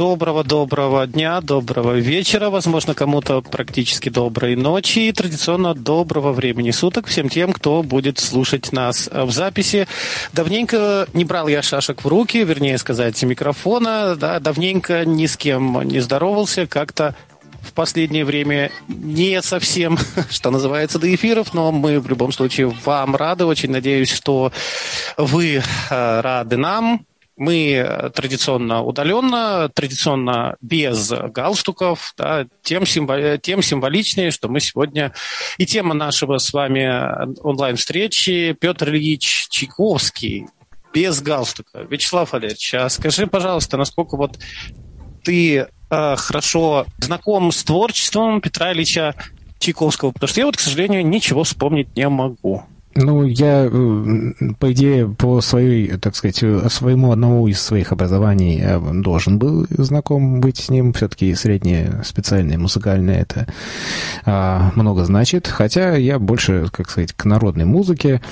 Доброго дня, доброго вечера, возможно, кому-то практически доброй ночи и традиционно доброго времени суток всем тем, кто будет слушать нас в записи. Давненько не брал я шашек в руки, вернее сказать, микрофона, да, давненько ни с кем не здоровался, как-то в последнее время не совсем, что называется, до эфиров, но мы в любом случае вам рады, очень надеюсь, что вы рады нам. Мы традиционно удаленно, традиционно без галстуков, да, тем символичнее, что мы сегодня... И тема нашего с вами онлайн-встречи Петр Ильич Чайковский без галстука. Вячеслав Валерьевич, а скажи, пожалуйста, насколько вот ты хорошо знаком с творчеством Петра Ильича Чайковского, потому что я вот, к сожалению, ничего вспомнить не могу. Ну, я, по идее, по своей, так сказать, своему одному из своих образований должен был знаком быть с ним. Все-таки среднее, специальное, музыкальное это много значит. Хотя я больше, как сказать, к народной музыке,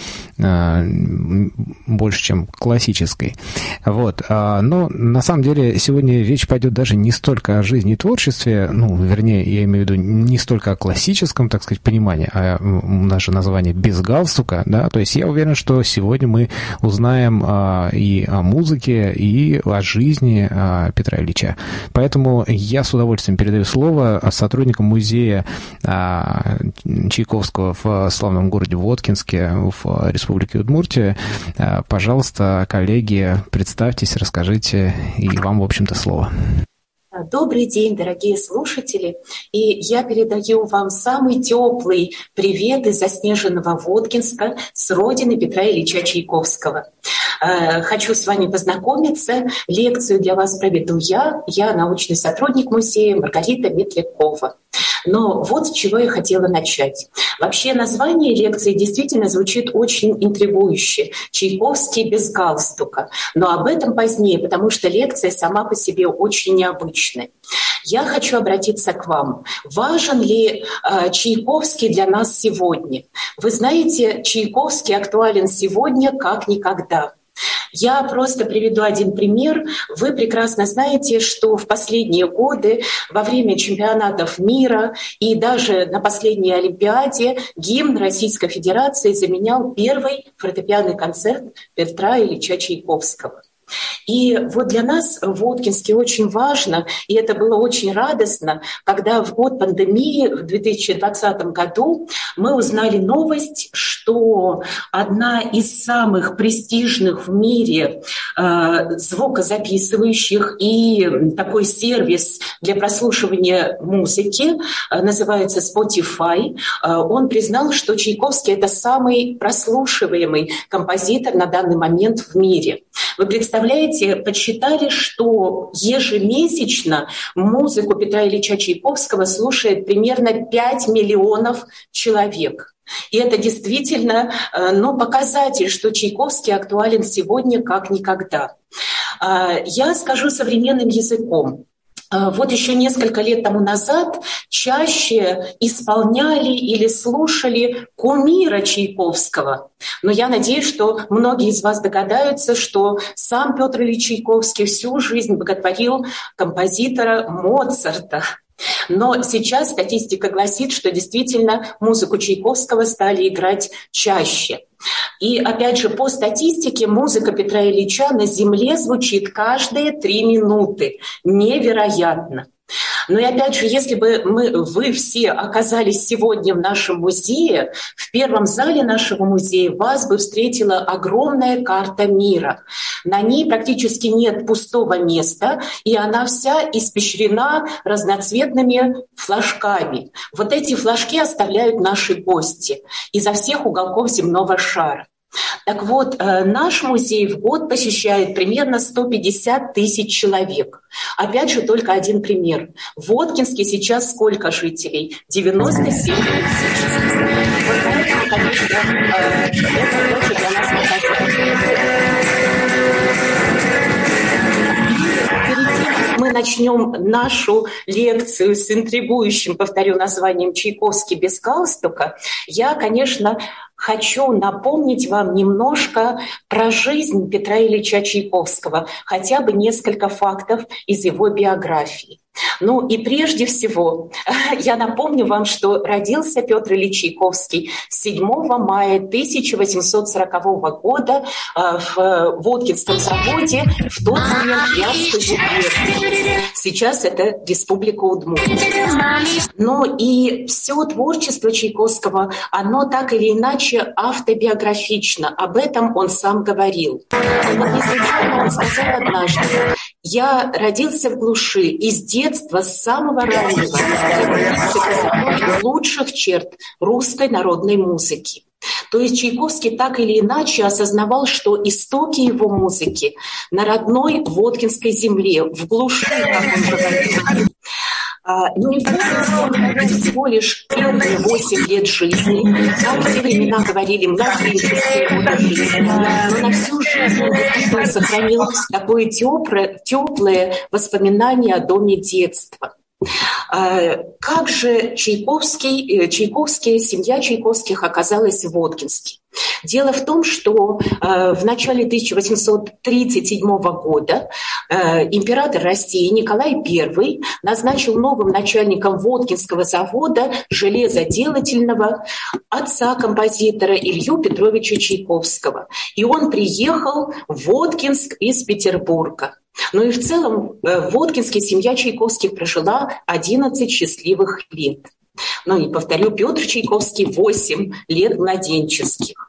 больше, чем к классической. Вот. Но, на самом деле, сегодня речь пойдет даже не столько о жизни и творчестве, ну, вернее, я имею в виду не столько о классическом, так сказать, понимании, а наше название «Без галстука». Да, то есть я уверен, что сегодня мы узнаем и о музыке, и о жизни Петра Ильича. Поэтому я с удовольствием передаю слово сотрудникам музея Чайковского в славном городе Воткинске в Республике Удмуртия. Пожалуйста, коллеги, представьтесь, расскажите, и вам, в общем-то, слово. Добрый день, дорогие слушатели, и я передаю вам самый теплый привет из заснеженного Воткинска с родины Петра Ильича Чайковского. Хочу с вами познакомиться. Лекцию для вас проведу я научный сотрудник музея Маргарита Метлякова. Но вот с чего я хотела начать. Вообще название лекции действительно звучит очень интригующе. «Чайковский без галстука». Но об этом позднее, потому что лекция сама по себе очень необычная. Я хочу обратиться к вам. Важен ли Чайковский для нас сегодня? Вы знаете, Чайковский актуален сегодня как никогда. Я просто приведу один пример. Вы прекрасно знаете, что в последние годы во время чемпионатов мира и даже на последней Олимпиаде гимн Российской Федерации заменял первый фортепианный концерт Петра Ильича Чайковского. И вот для нас в Воткинске очень важно, и это было очень радостно, когда в год пандемии, в 2020 году, мы узнали новость, что одна из самых престижных в мире звукозаписывающих и такой сервис для прослушивания музыки называется Spotify, он признал, что Чайковский — это самый прослушиваемый композитор на данный момент в мире. Вы представляете, подсчитали, что ежемесячно музыку Петра Ильича Чайковского слушает примерно 5 миллионов человек. И это действительно показатель, что Чайковский актуален сегодня как никогда. Я скажу современным языком. Вот еще несколько лет тому назад чаще исполняли или слушали кумира Чайковского. Но я надеюсь, что многие из вас догадаются, что сам Петр Ильич Чайковский всю жизнь боготворил композитора Моцарта. Но сейчас статистика гласит, что действительно музыку Чайковского стали играть чаще. И опять же, по статистике, музыка Петра Ильича на Земле звучит каждые 3 минуты. Невероятно. Но и опять же, если бы вы все оказались сегодня в нашем музее, в первом зале нашего музея вас бы встретила огромная карта мира. На ней практически нет пустого места, и она вся испещрена разноцветными флажками. Вот эти флажки оставляют наши гости изо всех уголков земного шара. Так вот, наш музей в год посещает примерно 150 тысяч человек. Опять же, только один пример. В Воткинске сейчас сколько жителей? 97 тысяч. Вот поэтому, конечно, это тоже для нас показатель. Перед тем, как мы начнем нашу лекцию с интригующим, повторю, названием «Чайковский без галстука», я, конечно, хочу напомнить вам немножко про жизнь Петра Ильича Чайковского, хотя бы несколько фактов из его биографии. Ну и прежде всего, я напомню вам, что родился Петр Ильич Чайковский 7 мая 1840 года в Воткинском заводе, в тот момент Вятской губернии. Сейчас это Республика Удмуртия. Но и все творчество Чайковского, оно так или иначе автобиографично. Об этом он сам говорил. Вот не случайно он сказал однажды: «Я родился в глуши и с детства, с самого раннего, родился красотой лучших черт русской народной музыки». То есть Чайковский так или иначе осознавал, что истоки его музыки на родной Воткинской земле, в глуши, как он говорил. Не помню, всего лишь первые 8 лет жизни. Там в те времена говорили младенческие годы жизни. Но на всю жизнь он сохранил такое теплое воспоминание о доме детства. Как же семья Чайковских оказалась в Воткинске? Дело в том, что в начале 1837 года император России Николай I назначил новым начальником Воткинского завода железоделательного отца композитора Илью Петровича Чайковского. И он приехал в Воткинск из Петербурга. Ну и в целом в Воткинске семья Чайковских прожила 11 счастливых лет. Ну и повторю, Петр Чайковский 8 лет младенческих.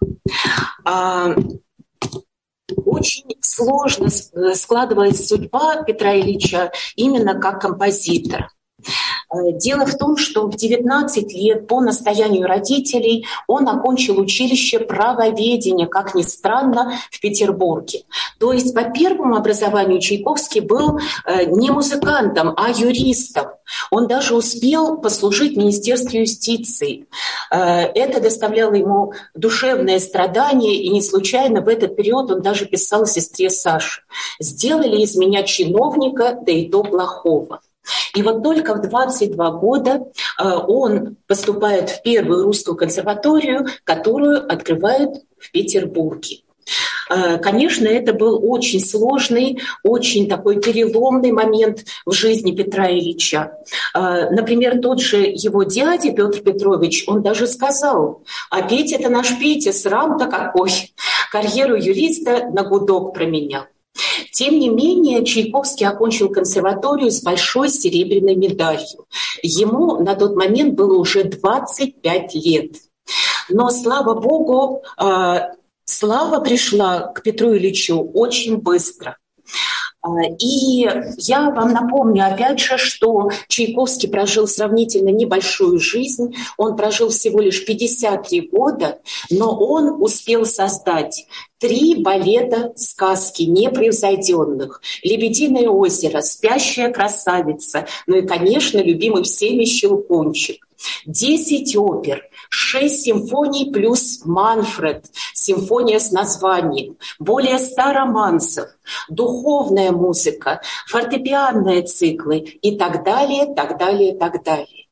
Очень сложно складывалась судьба Петра Ильича именно как композитора. Дело в том, что в 19 лет по настоянию родителей он окончил училище правоведения, как ни странно, в Петербурге. То есть по первому образованию Чайковский был не музыкантом, а юристом. Он даже успел послужить в Министерстве юстиции. Это доставляло ему душевное страдание, и не случайно в этот период он даже писал сестре Саше: «Сделали из меня чиновника, да и то плохого». И вот только в 22 года он поступает в первую русскую консерваторию, которую открывают в Петербурге. Конечно, это был очень сложный, очень такой переломный момент в жизни Петра Ильича. Например, тот же его дядя Петр Петрович, он даже сказал: «А Петя-то наш Петя, срам-то какой! Карьеру юриста на гудок променял». Тем не менее, Чайковский окончил консерваторию с большой серебряной медалью. Ему на тот момент было уже 25 лет. Но, слава богу, слава пришла к Петру Ильичу очень быстро. И я вам напомню, опять же, что Чайковский прожил сравнительно небольшую жизнь. Он прожил всего лишь 53 года, но он успел создать 3 балета сказки непревзойденных: «Лебединое озеро», «Спящая красавица», ну и, конечно, любимый всеми «Щелкунчик». 10 опер, 6 симфоний плюс «Манфред», симфония с названием, более 100 романсов, духовная музыка, фортепианные циклы и так далее, так далее, так далее.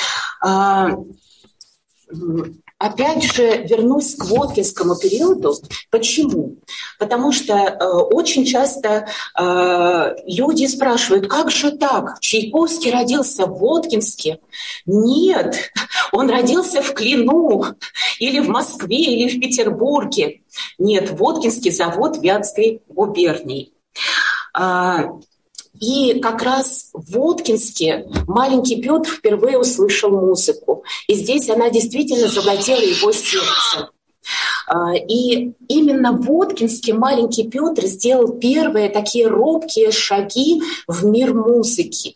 Опять же, вернусь к воткинскому периоду. Почему? Потому что очень часто люди спрашивают: как же так? Чайковский родился в Воткинске? Нет, он родился в Клину, или в Москве, или в Петербурге. Нет, Воткинский завод Вятской губернии. И как раз в Воткинске маленький Петр впервые услышал музыку. И здесь она действительно завладела его сердцем. И именно в Воткинске маленький Петр сделал первые такие робкие шаги в мир музыки.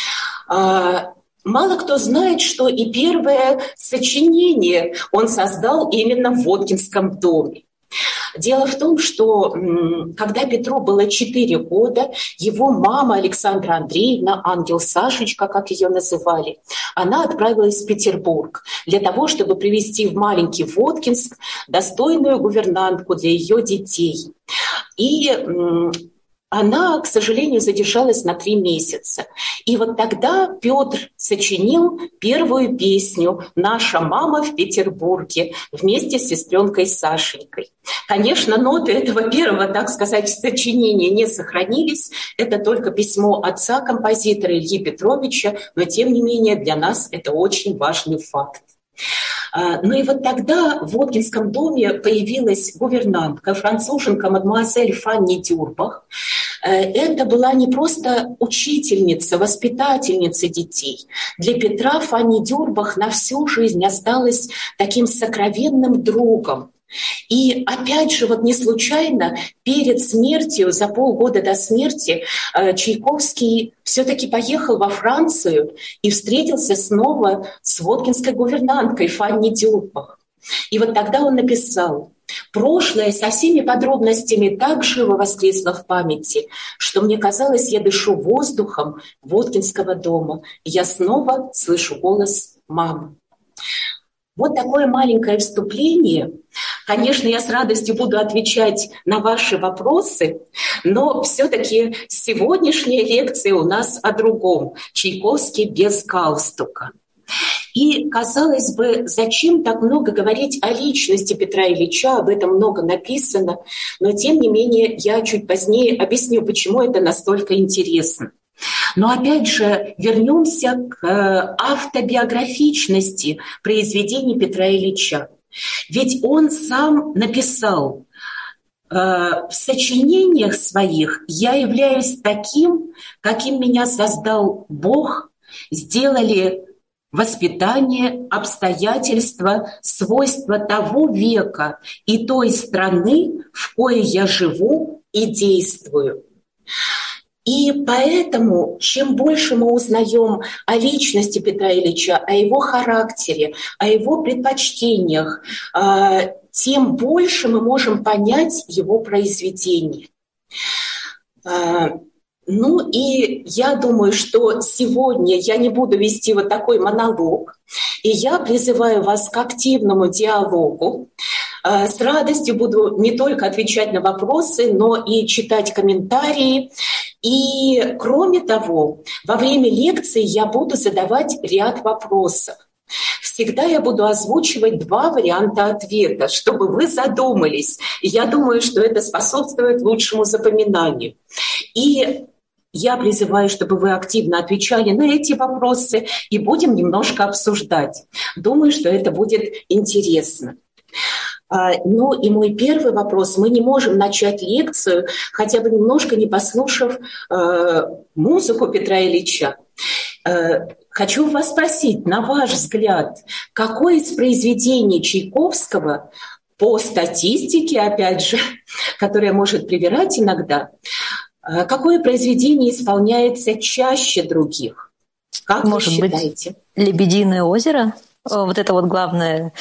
Мало кто знает, что и первое сочинение он создал именно в Воткинском доме. Дело в том, что когда Петру было 4 года, его мама Александра Андреевна, ангел Сашечка, как ее называли, она отправилась в Петербург для того, чтобы привезти в маленький Воткинск достойную гувернантку для ее детей. И она, к сожалению, задержалась на 3 месяца. И вот тогда Петр сочинил первую песню «Наша мама в Петербурге» вместе с сестренкой Сашенькой. Конечно, ноты этого первого, так сказать, сочинения не сохранились. Это только письмо отца композитора Ильи Петровича, но тем не менее для нас это очень важный факт. Ну и вот тогда в Воткинском доме появилась гувернантка, француженка мадемуазель Фанни Дюрбах. Это была не просто учительница, воспитательница детей. Для Петра Фанни Дюрбах на всю жизнь осталась таким сокровенным другом. И опять же, вот не случайно, перед смертью, за полгода до смерти, Чайковский все-таки поехал во Францию и встретился снова с воткинской гувернанткой Фанни Дюрбах. И вот тогда он написал: «Прошлое со всеми подробностями так живо воскресло в памяти, что мне казалось, я дышу воздухом Воткинского дома, и я снова слышу голос мамы». Вот такое маленькое вступление. Конечно, я с радостью буду отвечать на ваши вопросы, но все-таки сегодняшняя лекция у нас о другом. Чайковский без галстука. И, казалось бы, зачем так много говорить о личности Петра Ильича, об этом много написано, но тем не менее я чуть позднее объясню, почему это настолько интересно. Но опять же, вернемся к автобиографичности произведений Петра Ильича. Ведь он сам написал: в сочинениях своих я являюсь таким, каким меня создал Бог, сделали воспитание, обстоятельства, свойства того века и той страны, в коей я живу и действую. И поэтому, чем больше мы узнаем о личности Петра Ильича, о его характере, о его предпочтениях, тем больше мы можем понять его произведение. Ну и я думаю, что сегодня я не буду вести вот такой монолог, и я призываю вас к активному диалогу. С радостью буду не только отвечать на вопросы, но и читать комментарии. И кроме того, во время лекции я буду задавать ряд вопросов. Всегда я буду озвучивать 2 варианта ответа, чтобы вы задумались. И я думаю, что это способствует лучшему запоминанию. И я призываю, чтобы вы активно отвечали на эти вопросы и будем немножко обсуждать. Думаю, что это будет интересно. Ну и мой первый вопрос. Мы не можем начать лекцию, хотя бы немножко не послушав музыку Петра Ильича. Хочу вас спросить, на ваш взгляд, какое из произведений Чайковского, по статистике, опять же, которая может привирать иногда, какое произведение исполняется чаще других? Как может вы считаете? Быть, «Лебединое озеро»? Вот это вот главное...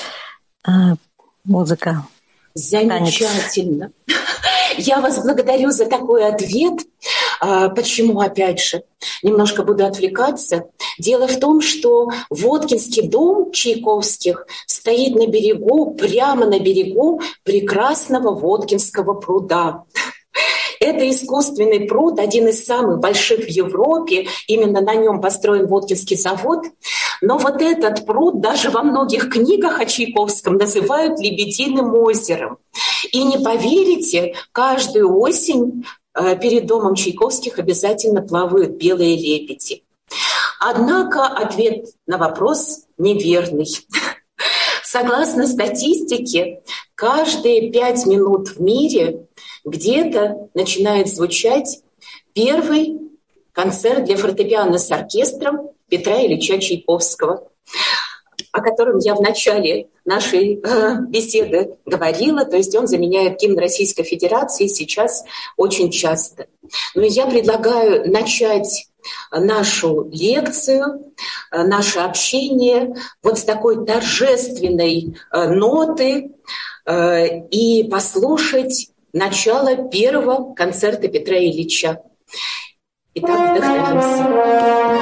музыка. Замечательно. Я вас благодарю за такой ответ. Почему, опять же, немножко буду отвлекаться. Дело в том, что Воткинский дом Чайковских стоит на берегу, прямо на берегу прекрасного Воткинского пруда. Это искусственный пруд, один из самых больших в Европе. Именно на нем построен Воткинский завод. Но вот этот пруд даже во многих книгах о Чайковском называют «Лебединым озером». И не поверите, каждую осень перед домом Чайковских обязательно плавают белые лебеди. Однако ответ на вопрос неверный. Согласно статистике, каждые 5 минут в мире где-то начинает звучать первый концерт для фортепиано с оркестром Петра Ильича Чайковского, о котором я в начале нашей беседы говорила. То есть он заменяет гимн Российской Федерации сейчас очень часто. Но я предлагаю начать нашу лекцию, наше общение вот с такой торжественной ноты и послушать начало первого концерта Петра Ильича. Итак, вдохновимся.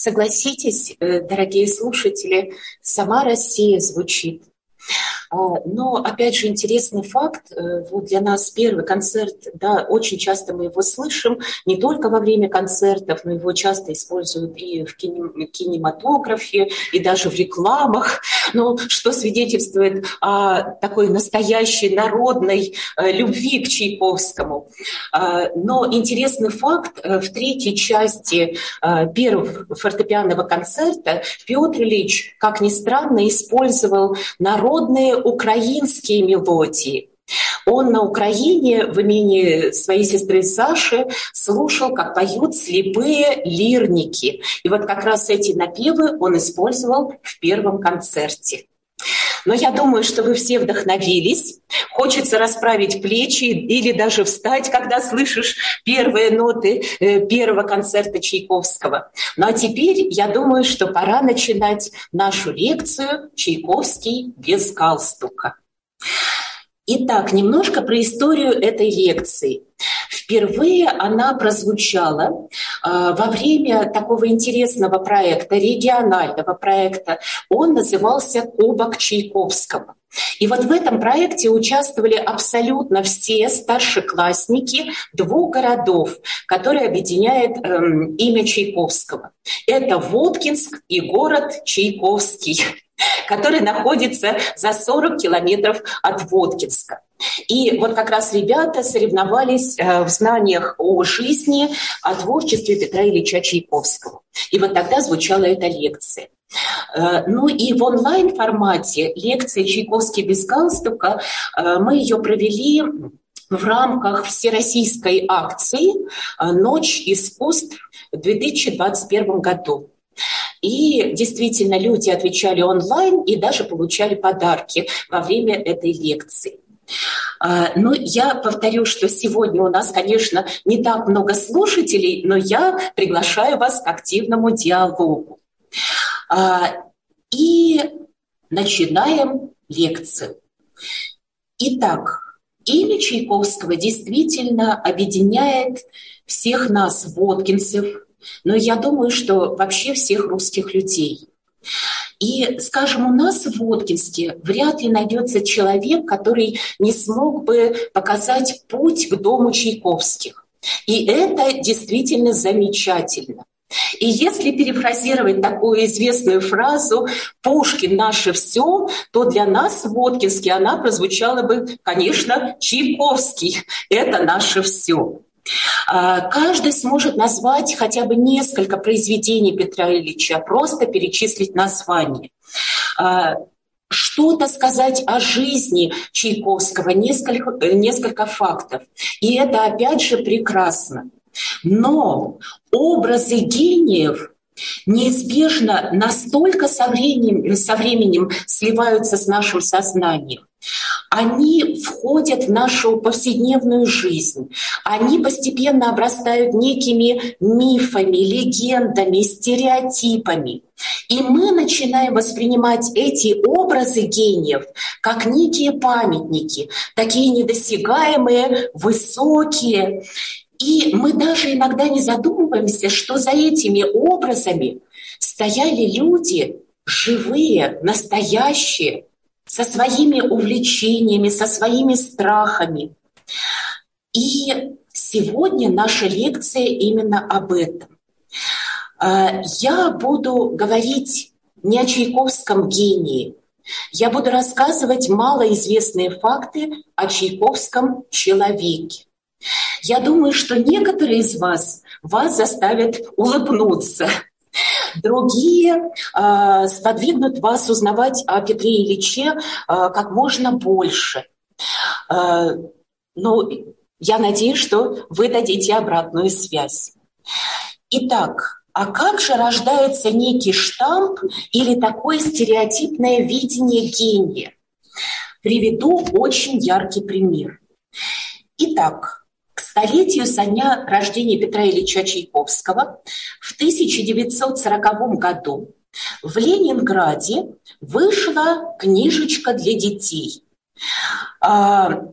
Согласитесь, дорогие слушатели, сама Россия звучит. Но, опять же, интересный факт, вот для нас первый концерт, да, очень часто мы его слышим, не только во время концертов, но его часто используют и в кинематографе, и даже в рекламах, но что свидетельствует о такой настоящей народной любви к Чайковскому. Но интересный факт, в третьей части первого фортепианного концерта Петр Ильич, как ни странно, использовал народные украинские мелодии. Он на Украине в имении своей сестры Саши слушал, как поют слепые лирники. И вот как раз эти напевы он использовал в первом концерте. Но я думаю, что вы все вдохновились. Хочется расправить плечи или даже встать, когда слышишь первые ноты первого концерта Чайковского. Ну а теперь я думаю, что пора начинать нашу лекцию «Чайковский без галстука». Итак, немножко про историю этой лекции. Впервые она прозвучала во время такого интересного проекта, регионального проекта. Он назывался «Кубок Чайковского». И вот в этом проекте участвовали абсолютно все старшеклассники двух городов, которые объединяют имя Чайковского. Это Воткинск и город Чайковский, который находится за 40 километров от Воткинска. И вот как раз ребята соревновались в знаниях о жизни, о творчестве Петра Ильича Чайковского. И вот тогда звучала эта лекция. Ну и в онлайн-формате лекция «Чайковский без галстука» мы ее провели в рамках всероссийской акции «Ночь искусств» в 2021 году. И действительно люди отвечали онлайн и даже получали подарки во время этой лекции. Но я повторю, что сегодня у нас, конечно, не так много слушателей, но я приглашаю вас к активному диалогу. И начинаем лекцию. Итак, имя Чайковского действительно объединяет всех нас, воткинцев, но я думаю, что вообще всех русских людей. И, скажем, у нас в Воткинске вряд ли найдется человек, который не смог бы показать путь к дому Чайковских. И это действительно замечательно. И если перефразировать такую известную фразу «Пушкин – наше все», то для нас в Воткинске она прозвучала бы, конечно, «Чайковский – это наше все». Каждый сможет назвать хотя бы несколько произведений Петра Ильича, просто перечислить название. Что-то сказать о жизни Чайковского, несколько фактов. И это опять же прекрасно. Но образы гениев неизбежно настолько со временем сливаются с нашим сознанием. Они входят в нашу повседневную жизнь. Они постепенно обрастают некими мифами, легендами, стереотипами. И мы начинаем воспринимать эти образы гениев как некие памятники, такие недосягаемые, высокие. И мы даже иногда не задумываемся, что за этими образами стояли люди живые, настоящие, со своими увлечениями, со своими страхами. И сегодня наша лекция именно об этом. Я буду говорить не о Чайковском гении. Я буду рассказывать малоизвестные факты о Чайковском человеке. Я думаю, что некоторые из вас заставят улыбнуться. Другие сподвигнут вас узнавать о Петре Ильиче как можно больше. Но я надеюсь, что вы дадите обратную связь. Итак, а как же рождается некий штамп или такое стереотипное видение гения? Приведу очень яркий пример. Итак, к столетию со дня рождения Петра Ильича Чайковского в 1940 году в Ленинграде вышла книжечка для детей.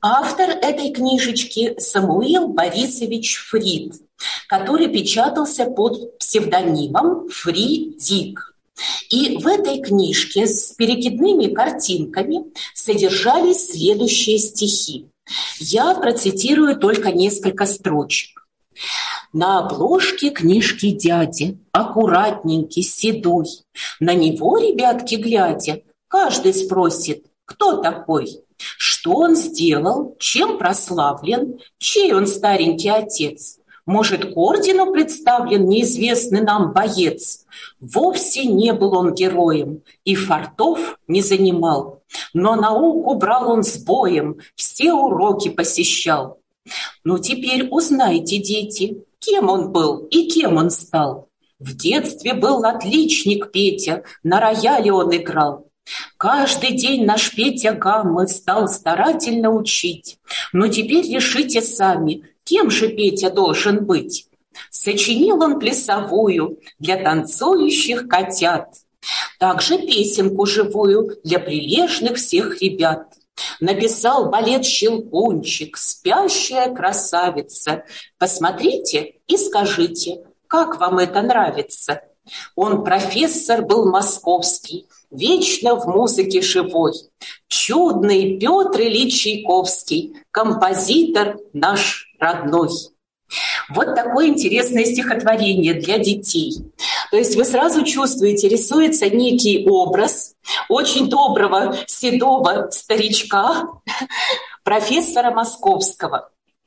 Автор этой книжечки Самуил Борисович Фрид, который печатался под псевдонимом Фридик. И в этой книжке с перекидными картинками содержались следующие стихи. Я процитирую только несколько строчек. На обложке книжки дяди, аккуратненький, седой. На него, ребятки, глядя, каждый спросит, кто такой? Что он сделал, чем прославлен, чей он старенький отец? Может, к ордену представлен неизвестный нам боец? Вовсе не был он героем и фортов не занимал, но науку брал он с боем, все уроки посещал. Ну, теперь узнайте, дети, кем он был и кем он стал. В детстве был отличник Петя, на рояле он играл. Каждый день наш Петя гаммы стал старательно учить. Но теперь решите сами, кем же Петя должен быть? Сочинил он плясовую для танцующих котят, также песенку живую для прилежных всех ребят. Написал балет «Щелкунчик», «Спящая красавица». Посмотрите и скажите, как вам это нравится? Он профессор был московский, вечно в музыке живой. Чудный Петр Ильич Чайковский, композитор наш родной. Вот такое интересное стихотворение для детей. То есть вы сразу чувствуете, рисуется некий образ очень доброго седого старичка, профессора московского.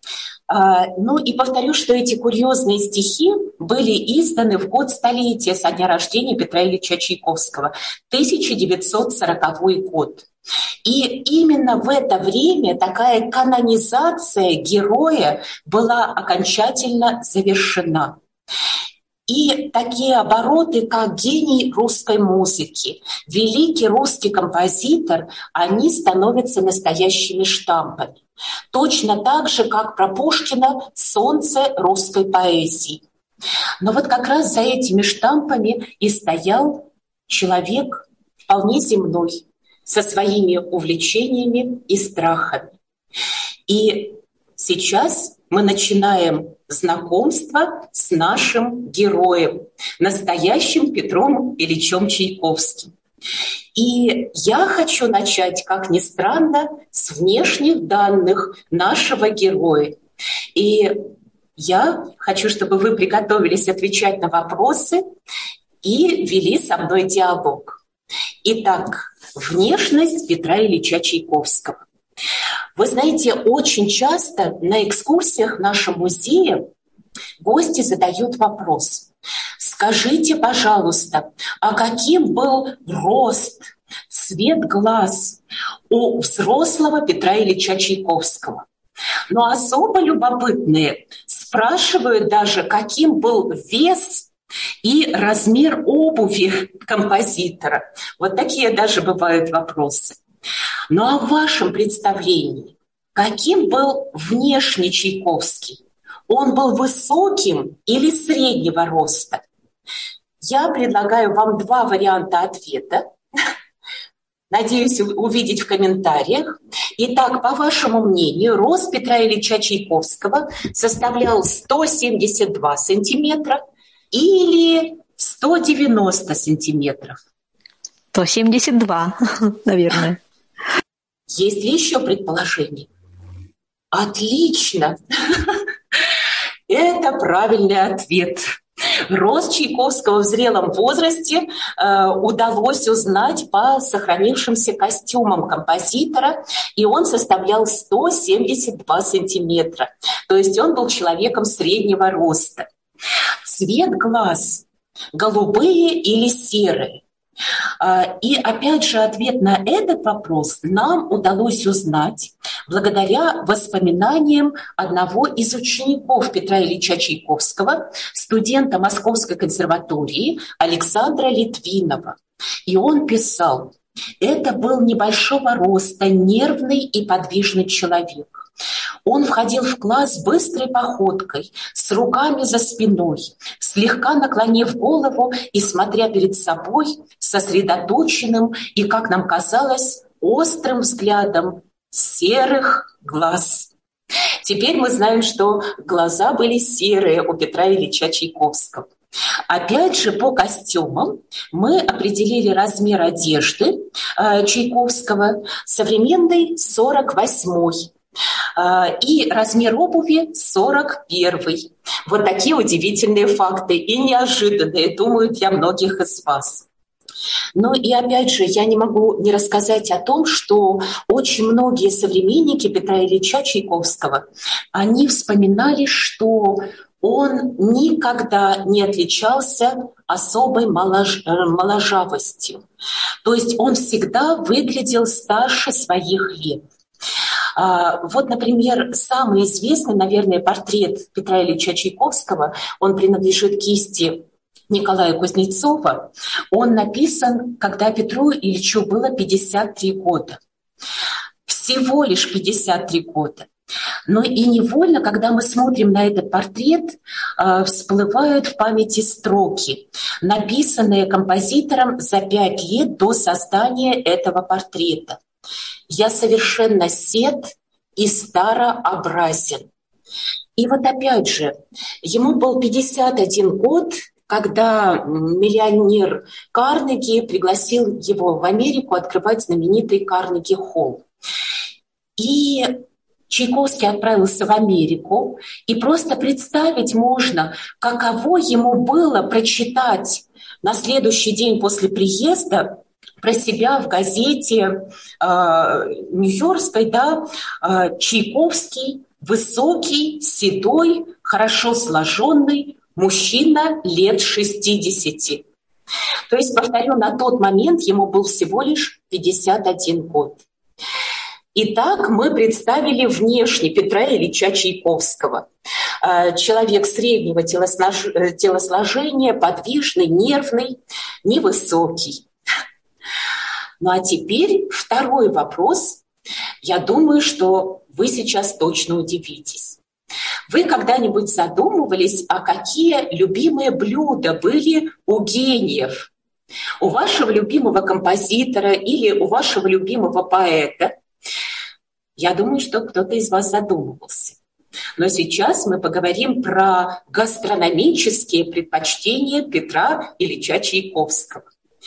Ну и повторю, что эти курьезные стихи были изданы в год столетия со дня рождения Петра Ильича Чайковского, 1940 год. И именно в это время такая канонизация героя была окончательно завершена. И такие обороты, как гений русской музыки, великий русский композитор, они становятся настоящими штампами. Точно так же, как про Пушкина «Солнце русской поэзии». Но вот как раз за этими штампами и стоял человек вполне земной, со своими увлечениями и страхами. И сейчас мы начинаем знакомство с нашим героем, настоящим Петром Ильичем Чайковским. И я хочу начать, как ни странно, с внешних данных нашего героя. И я хочу, чтобы вы приготовились отвечать на вопросы и вели со мной диалог. Итак, внешность Петра Ильича Чайковского. Вы знаете, очень часто на экскурсиях в нашем музее гости задают вопрос. Скажите, пожалуйста, а каким был рост, цвет глаз у взрослого Петра Ильича Чайковского? Но особо любопытные спрашивают даже, каким был вес и размер обуви композитора. Вот такие даже бывают вопросы. Ну а в вашем представлении, каким был внешне Чайковский? Он был высоким или среднего роста? Я предлагаю вам два варианта ответа. Надеюсь увидеть в комментариях. Итак, по вашему мнению, рост Петра Ильича Чайковского составлял 172 сантиметра или 190 сантиметров? 172, наверное. Есть ли еще предположения? Отлично! Это правильный ответ. Рост Чайковского в зрелом возрасте удалось узнать по сохранившимся костюмам композитора, и он составлял 172 сантиметра. То есть он был человеком среднего роста. Цвет глаз – голубые или серые? И опять же ответ на этот вопрос нам удалось узнать благодаря воспоминаниям одного из учеников Петра Ильича Чайковского, студента Московской консерватории Александра Литвинова. И он писал: «Это был небольшого роста, нервный и подвижный человек. Он входил в класс быстрой походкой, с руками за спиной, слегка наклонив голову и смотря перед собой сосредоточенным и, как нам казалось, острым взглядом серых глаз. Теперь мы знаем, что глаза были серые у Петра Ильича Чайковского. Опять же, по костюмам мы определили размер одежды Чайковского, современный 48-й. И размер обуви 41-й. Вот такие удивительные факты и неожиданные, думаю, для многих из вас. Ну и опять же, я не могу не рассказать о том, что очень многие современники Петра Ильича Чайковского, они вспоминали, что он никогда не отличался особой моложавостью. То есть он всегда выглядел старше своих лет. Вот, например, самый известный, наверное, портрет Петра Ильича Чайковского, он принадлежит кисти Николая Кузнецова. Он написан, когда Петру Ильичу было 53 года. Всего лишь 53 года. Но и невольно, когда мы смотрим на этот портрет, всплывают в памяти строки, написанные композитором за 5 лет до создания этого портрета. «Я совершенно сед и старообразен». И вот опять же, ему был 51 год, когда миллионер Карнеги пригласил его в Америку открывать знаменитый Карнеги-холл. И Чайковский отправился в Америку, и просто представить можно, каково ему было прочитать на следующий день после приезда про себя в газете нью-йоркской, Чайковский, высокий, седой, хорошо сложенный мужчина лет 60. То есть, повторю, на тот момент ему был всего лишь 51 год. Итак, мы представили внешне Петра Ильича Чайковского. Человек среднего телосложения, подвижный, нервный, невысокий. Ну а теперь второй вопрос. Я думаю, что вы сейчас точно удивитесь. Вы когда-нибудь задумывались, а какие любимые блюда были у гениев? У вашего любимого композитора или у вашего любимого поэта? Я думаю, что кто-то из вас задумывался. Но сейчас мы поговорим про гастрономические предпочтения Петра Ильича Чайковского.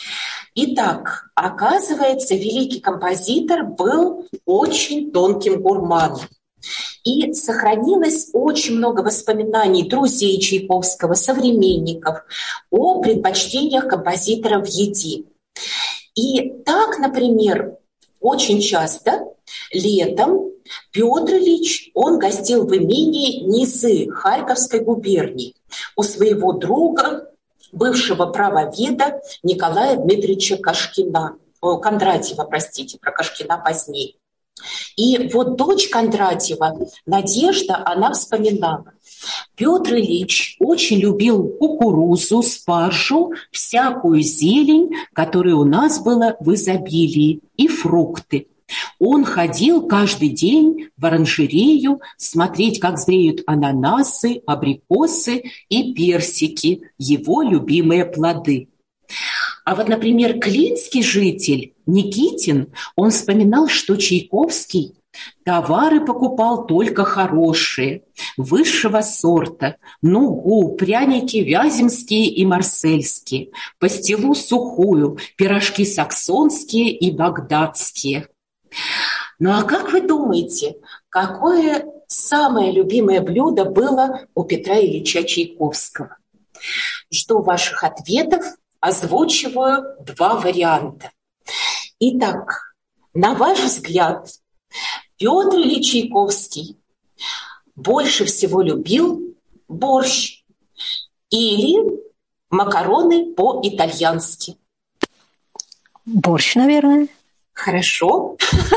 Итак, оказывается, великий композитор был очень тонким гурманом. И сохранилось очень много воспоминаний друзей Чайковского, современников о предпочтениях композитора в еде. И так, например, очень часто летом Петр Ильич, он гостил в имении Низы Харьковской губернии у своего друга, бывшего правоведа Николая Дмитриевича Кондратьева, про Кашкина позднее. И вот дочь Кондратьева, Надежда, она вспоминала. Петр Ильич очень любил кукурузу, спаржу, всякую зелень, которая у нас была в изобилии, и фрукты. Он ходил каждый день в оранжерею смотреть, как зреют ананасы, абрикосы и персики, его любимые плоды. А вот, например, клинский житель Никитин, он вспоминал, что Чайковский товары покупал только хорошие, высшего сорта, нугу, пряники вяземские и марсельские, пастилу сухую, пирожки саксонские и багдадские. Ну а как вы думаете, какое самое любимое блюдо было у Петра Ильича Чайковского? Жду ваших ответов, озвучиваю 2 варианта. Итак, на ваш взгляд, Петр Ильич Чайковский больше всего любил борщ или макароны по-итальянски? Борщ, наверное. Хорошо.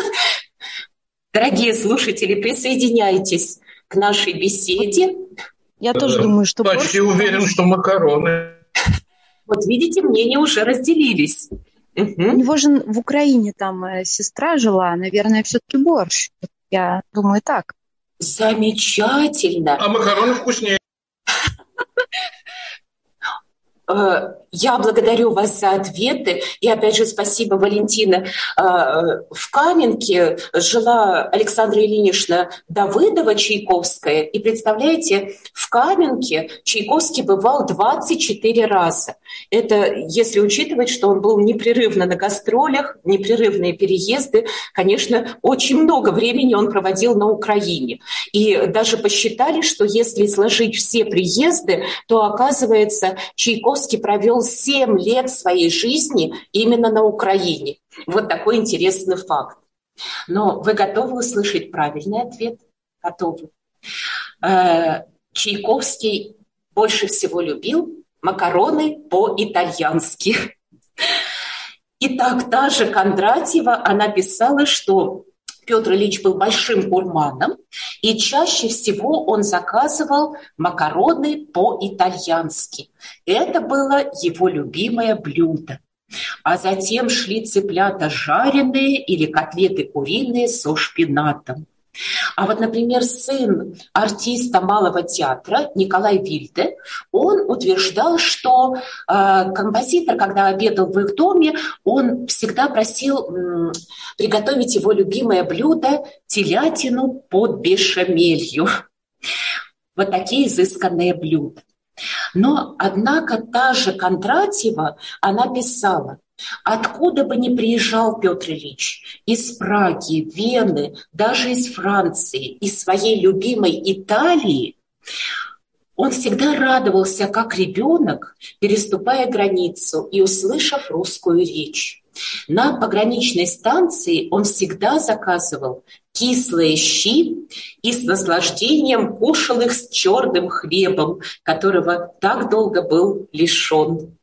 Дорогие слушатели, присоединяйтесь к нашей беседе. Я тоже думаю, что борщ. Почти уверен, что макароны. Вот видите, мнения уже разделились. У него же в Украине там сестра жила, наверное, все-таки борщ. Я думаю, так. Замечательно. А макароны вкуснее. Я благодарю вас за ответы. И опять же спасибо, Валентина. В Каменке жила Александра Ильинична Давыдова-Чайковская. И представляете, в Каменке Чайковский бывал 24 раза. Это если учитывать, что он был непрерывно на гастролях, непрерывные переезды. Конечно, очень много времени он проводил на Украине. И даже посчитали, что если сложить все приезды, то, оказывается, Чайковский провел 7 лет своей жизни именно на Украине. Вот такой интересный факт. Но вы готовы услышать правильный ответ? Готовы. Чайковский больше всего любил макароны по-итальянски. Итак, та же Кондратьева, она писала, что Петр Ильич был большим гурманом, и чаще всего он заказывал макароны по-итальянски. Это было его любимое блюдо. А затем шли цыплята жареные или котлеты куриные со шпинатом. А вот, например, сын артиста Малого театра Николай Вильде, он утверждал, что композитор, когда обедал в их доме, он всегда просил приготовить его любимое блюдо – телятину под бешамелью. Вот такие изысканные блюда. Но, однако, та же Кондратьева, она писала: откуда бы ни приезжал Петр Ильич, из Праги, Вены, даже из Франции, из своей любимой Италии, он всегда радовался, как ребенок, переступая границу и услышав русскую речь. На пограничной станции он всегда заказывал кислые щи и с наслаждением кушал их с черным хлебом, которого так долго был лишен.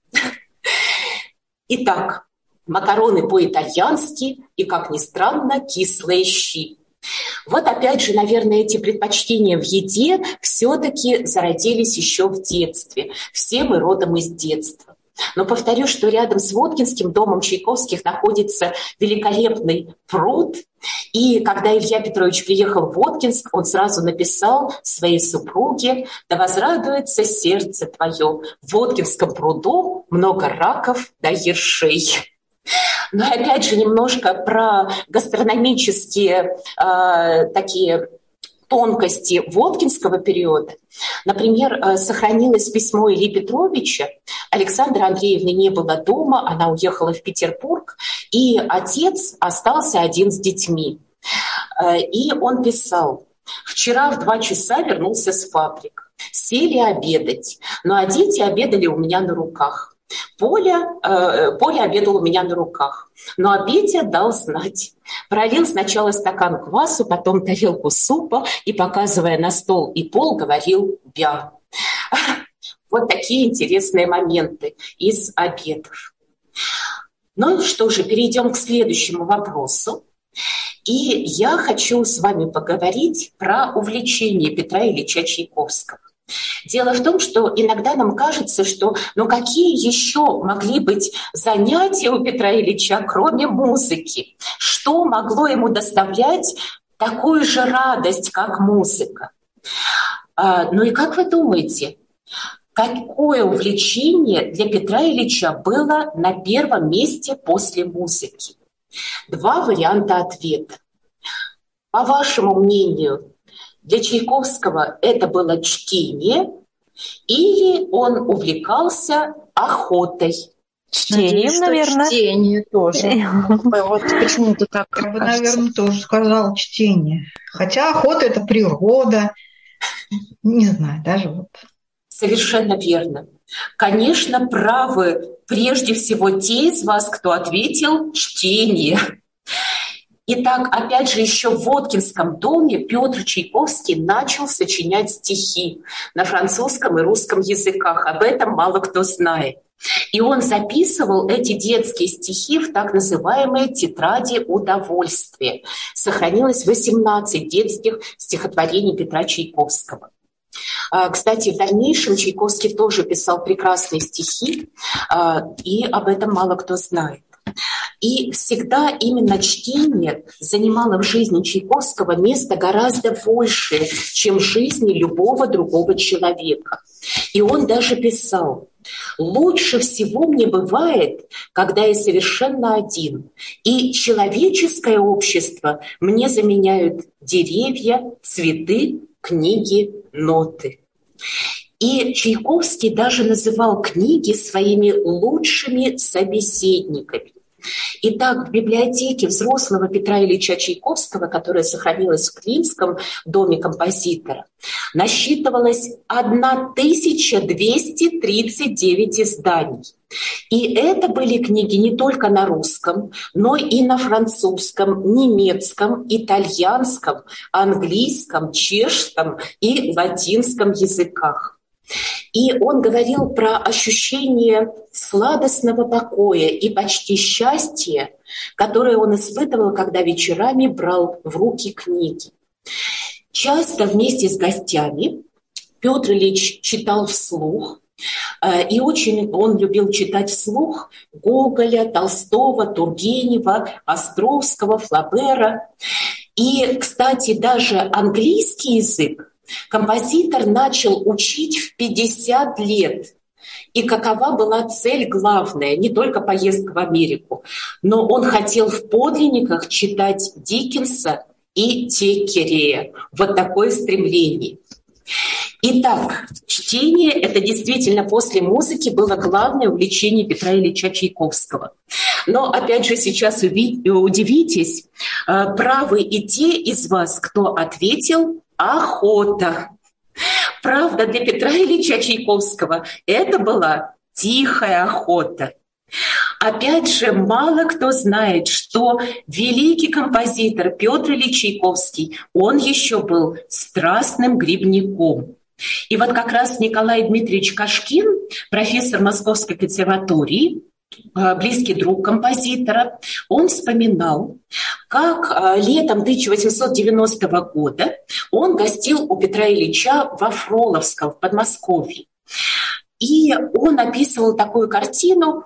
Итак, макароны по-итальянски и, как ни странно, кислые щи. Вот опять же, наверное, эти предпочтения в еде все-таки зародились еще в детстве. Все мы родом из детства. Но повторю, что рядом с Воткинским домом Чайковских находится великолепный пруд. И когда Илья Петрович приехал в Воткинск, он сразу написал своей супруге: «Да возрадуется сердце твое, в Воткинском пруду много раков да ершей». Но опять же немножко про гастрономические такие тонкости воткинского периода. Например, сохранилось письмо Ильи Петровича. Александры Андреевны не было дома, она уехала в Петербург, и отец остался один с детьми. И он писал: «Вчера в 2 часа вернулся с фабрик. Сели обедать, а дети обедали у меня на руках. Поля обедал у меня на руках, но Петя дал знать. Пролил сначала стакан квасу, потом тарелку супа и, показывая на стол и пол, говорил: бя». Вот такие интересные моменты из обедов. Ну что же, перейдем к следующему вопросу. И я хочу с вами поговорить про увлечение Петра Ильича Чайковского. Дело в том, что иногда нам кажется, что какие еще могли быть занятия у Петра Ильича, кроме музыки? Что могло ему доставлять такую же радость, как музыка? Ну и как вы думаете, какое увлечение для Петра Ильича было на первом месте после музыки? 2 варианта ответа. По вашему мнению, для Чайковского это было чтение или он увлекался охотой? Чтением, наверное. Чтение тоже. Вот почему ты так Я бы, наверное, тоже сказала чтение. Хотя охота – это природа. Не знаю, даже вот. Совершенно верно. Конечно, правы прежде всего те из вас, кто ответил «чтение». Итак, опять же, еще в Воткинском доме Петр Чайковский начал сочинять стихи на французском и русском языках. Об этом мало кто знает. И он записывал эти детские стихи в так называемые тетради удовольствия. Сохранилось 18 детских стихотворений Петра Чайковского. Кстати, в дальнейшем Чайковский тоже писал прекрасные стихи, и об этом мало кто знает. И всегда именно чтение занимало в жизни Чайковского место гораздо большее, чем в жизни любого другого человека. И он даже писал: Лучше всего мне бывает, когда я совершенно один. И человеческое общество мне заменяют деревья, цветы, книги, ноты. И Чайковский даже называл книги своими лучшими собеседниками. Итак, в библиотеке взрослого Петра Ильича Чайковского, которая сохранилась в Климском доме композитора, насчитывалось 1239 изданий. И это были книги не только на русском, но и на французском, немецком, итальянском, английском, чешском и латинском языках. И он говорил про ощущение сладостного покоя и почти счастья, которое он испытывал, когда вечерами брал в руки книги. Часто вместе с гостями Петр Ильич читал вслух, и очень он любил читать вслух Гоголя, Толстого, Тургенева, Островского, Флабера. И, кстати, даже английский язык композитор начал учить в 50 лет. И какова была цель главная, не только поездка в Америку, но он хотел в подлинниках читать Диккенса и Теккерея. Вот такое стремление. Итак, чтение – это действительно после музыки было главное увлечение Петра Ильича Чайковского. Но, опять же, сейчас удивитесь, правы и те из вас, кто ответил «охота». Правда, для Петра Ильича Чайковского это была тихая охота. Опять же, мало кто знает, что великий композитор Петр Ильич Чайковский, он еще был страстным грибником. И вот как раз Николай Дмитриевич Кашкин, профессор Московской консерватории, близкий друг композитора, он вспоминал, как летом 1890 года он гостил у Петра Ильича во Фроловском, в Подмосковье. И он описывал такую картину,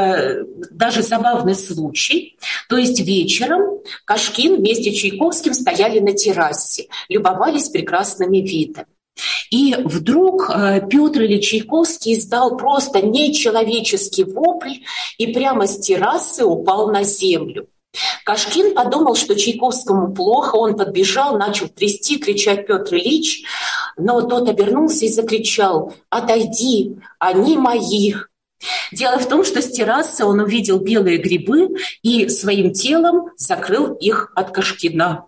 даже забавный случай. То есть вечером Кашкин вместе с Чайковским стояли на террасе, любовались прекрасными видами. И вдруг Петр Ильич Чайковский издал просто нечеловеческий вопль и прямо с террасы упал на землю. Кашкин подумал, что Чайковскому плохо, он подбежал, начал трясти, кричать: «Петр Ильич!», но тот обернулся и закричал: «Отойди, они мои!». Дело в том, что с террасы он увидел белые грибы и своим телом закрыл их от Кашкина.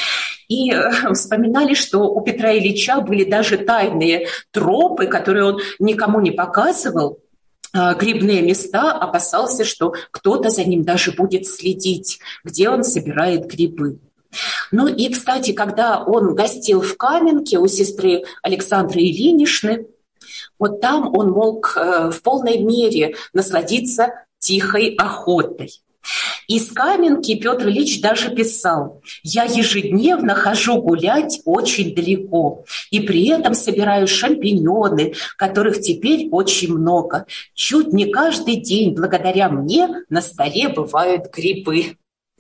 И вспоминали, что у Петра Ильича были даже тайные тропы, которые он никому не показывал, грибные места, опасался, что кто-то за ним даже будет следить, где он собирает грибы. Ну и, кстати, когда он гостил в Каменке у сестры Александры Ильиничны, вот там он мог в полной мере насладиться тихой охотой. Из Каменки Петр Ильич даже писал: «Я ежедневно хожу гулять очень далеко, и при этом собираю шампиньоны, которых теперь очень много. Чуть не каждый день благодаря мне на столе бывают грибы».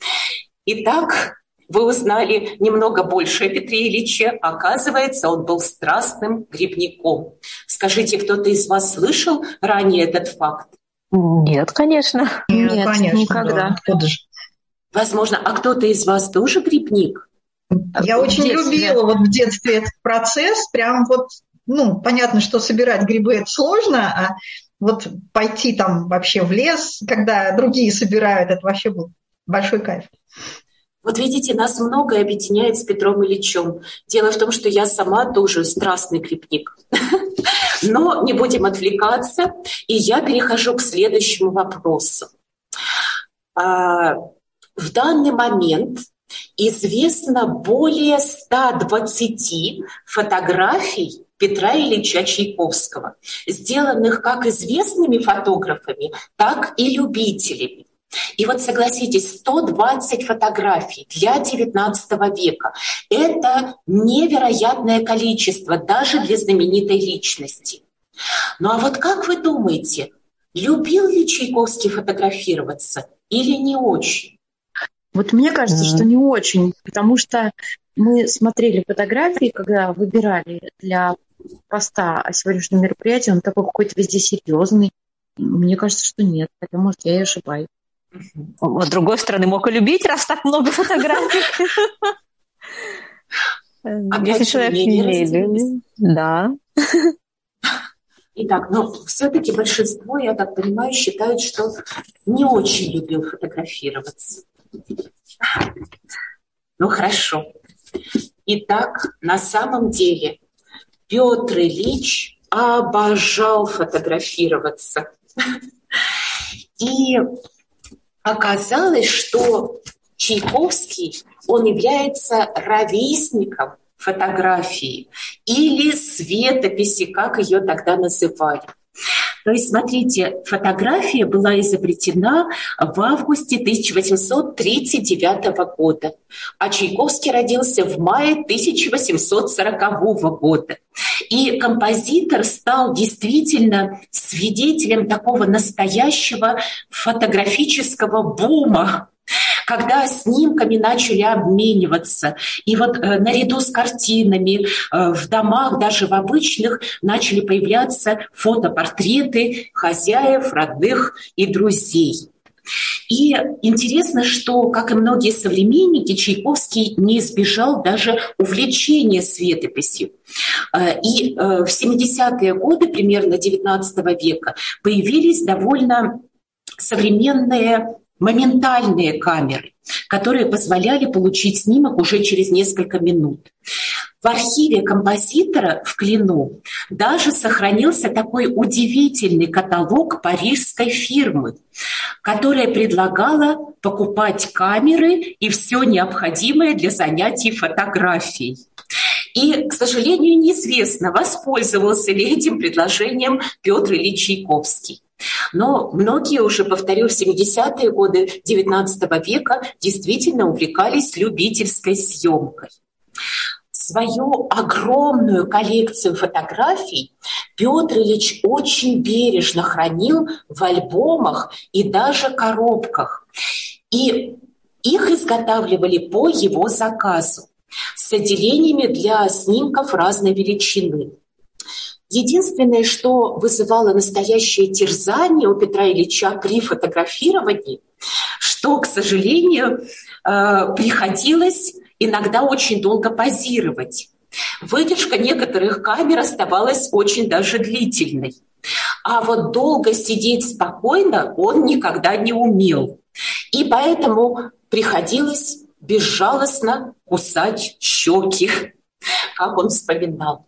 Итак, вы узнали немного больше о Петре Ильиче. Оказывается, он был страстным грибником. Скажите, кто-то из вас слышал ранее этот факт? Нет, конечно. Нет, конечно, никогда. Да. Возможно, а кто-то из вас тоже грибник? Я очень любила вот в детстве этот процесс. Прям вот, понятно, что собирать грибы – это сложно, а вот пойти там вообще в лес, когда другие собирают, это вообще был большой кайф. Вот видите, нас многое объединяет с Петром Ильичем. Дело в том, что я сама тоже страстный грибник. Но не будем отвлекаться, и я перехожу к следующему вопросу. В данный момент известно более 120 фотографий Петра Ильича Чайковского, сделанных как известными фотографами, так и любителями. И вот согласитесь, 120 фотографий для XIX века – это невероятное количество даже для знаменитой личности. Ну а вот как вы думаете, любил ли Чайковский фотографироваться или не очень? Вот мне кажется, что не очень, потому что мы смотрели фотографии, когда выбирали для поста о сегодняшнем мероприятии, он такой какой-то везде серьезный. Мне кажется, что нет, хотя, может, я и ошибаюсь. С другой стороны, мог и любить, раз так много фотографий. Если человек не любит. Да. Итак, но все-таки большинство, я так понимаю, считают, что не очень любил фотографироваться. Ну, хорошо. Итак, на самом деле Петр Ильич обожал фотографироваться. И оказалось, что Чайковский, он является ровесником фотографии или светописи, как ее тогда называли. То есть, смотрите, фотография была изобретена в августе 1839 года, а Чайковский родился в мае 1840 года. И композитор стал действительно свидетелем такого настоящего фотографического бума, когда снимками начали обмениваться. И вот наряду с картинами в домах, даже в обычных, начали появляться фотопортреты хозяев, родных и друзей. И интересно, что, как и многие современники, Чайковский не избежал даже увлечения светописью. И в 70-е годы, примерно XIX века, появились довольно современные моментальные камеры, которые позволяли получить снимок уже через несколько минут. В архиве композитора в Клину даже сохранился такой удивительный каталог парижской фирмы, которая предлагала покупать камеры и все необходимое для занятий фотографией. И, к сожалению, неизвестно, воспользовался ли этим предложением Петр Ильич Чайковский. Но многие уже, повторю, в 70-е годы XIX века действительно увлекались любительской съемкой. Свою огромную коллекцию фотографий Петр Ильич очень бережно хранил в альбомах и даже коробках. И их изготавливали по его заказу с отделениями для снимков разной величины. Единственное, что вызывало настоящее терзание у Петра Ильича при фотографировании, что, к сожалению, приходилось иногда очень долго позировать. Выдержка некоторых камер оставалась очень даже длительной. А вот долго сидеть спокойно он никогда не умел. И поэтому приходилось безжалостно кусать щеки, как он вспоминал.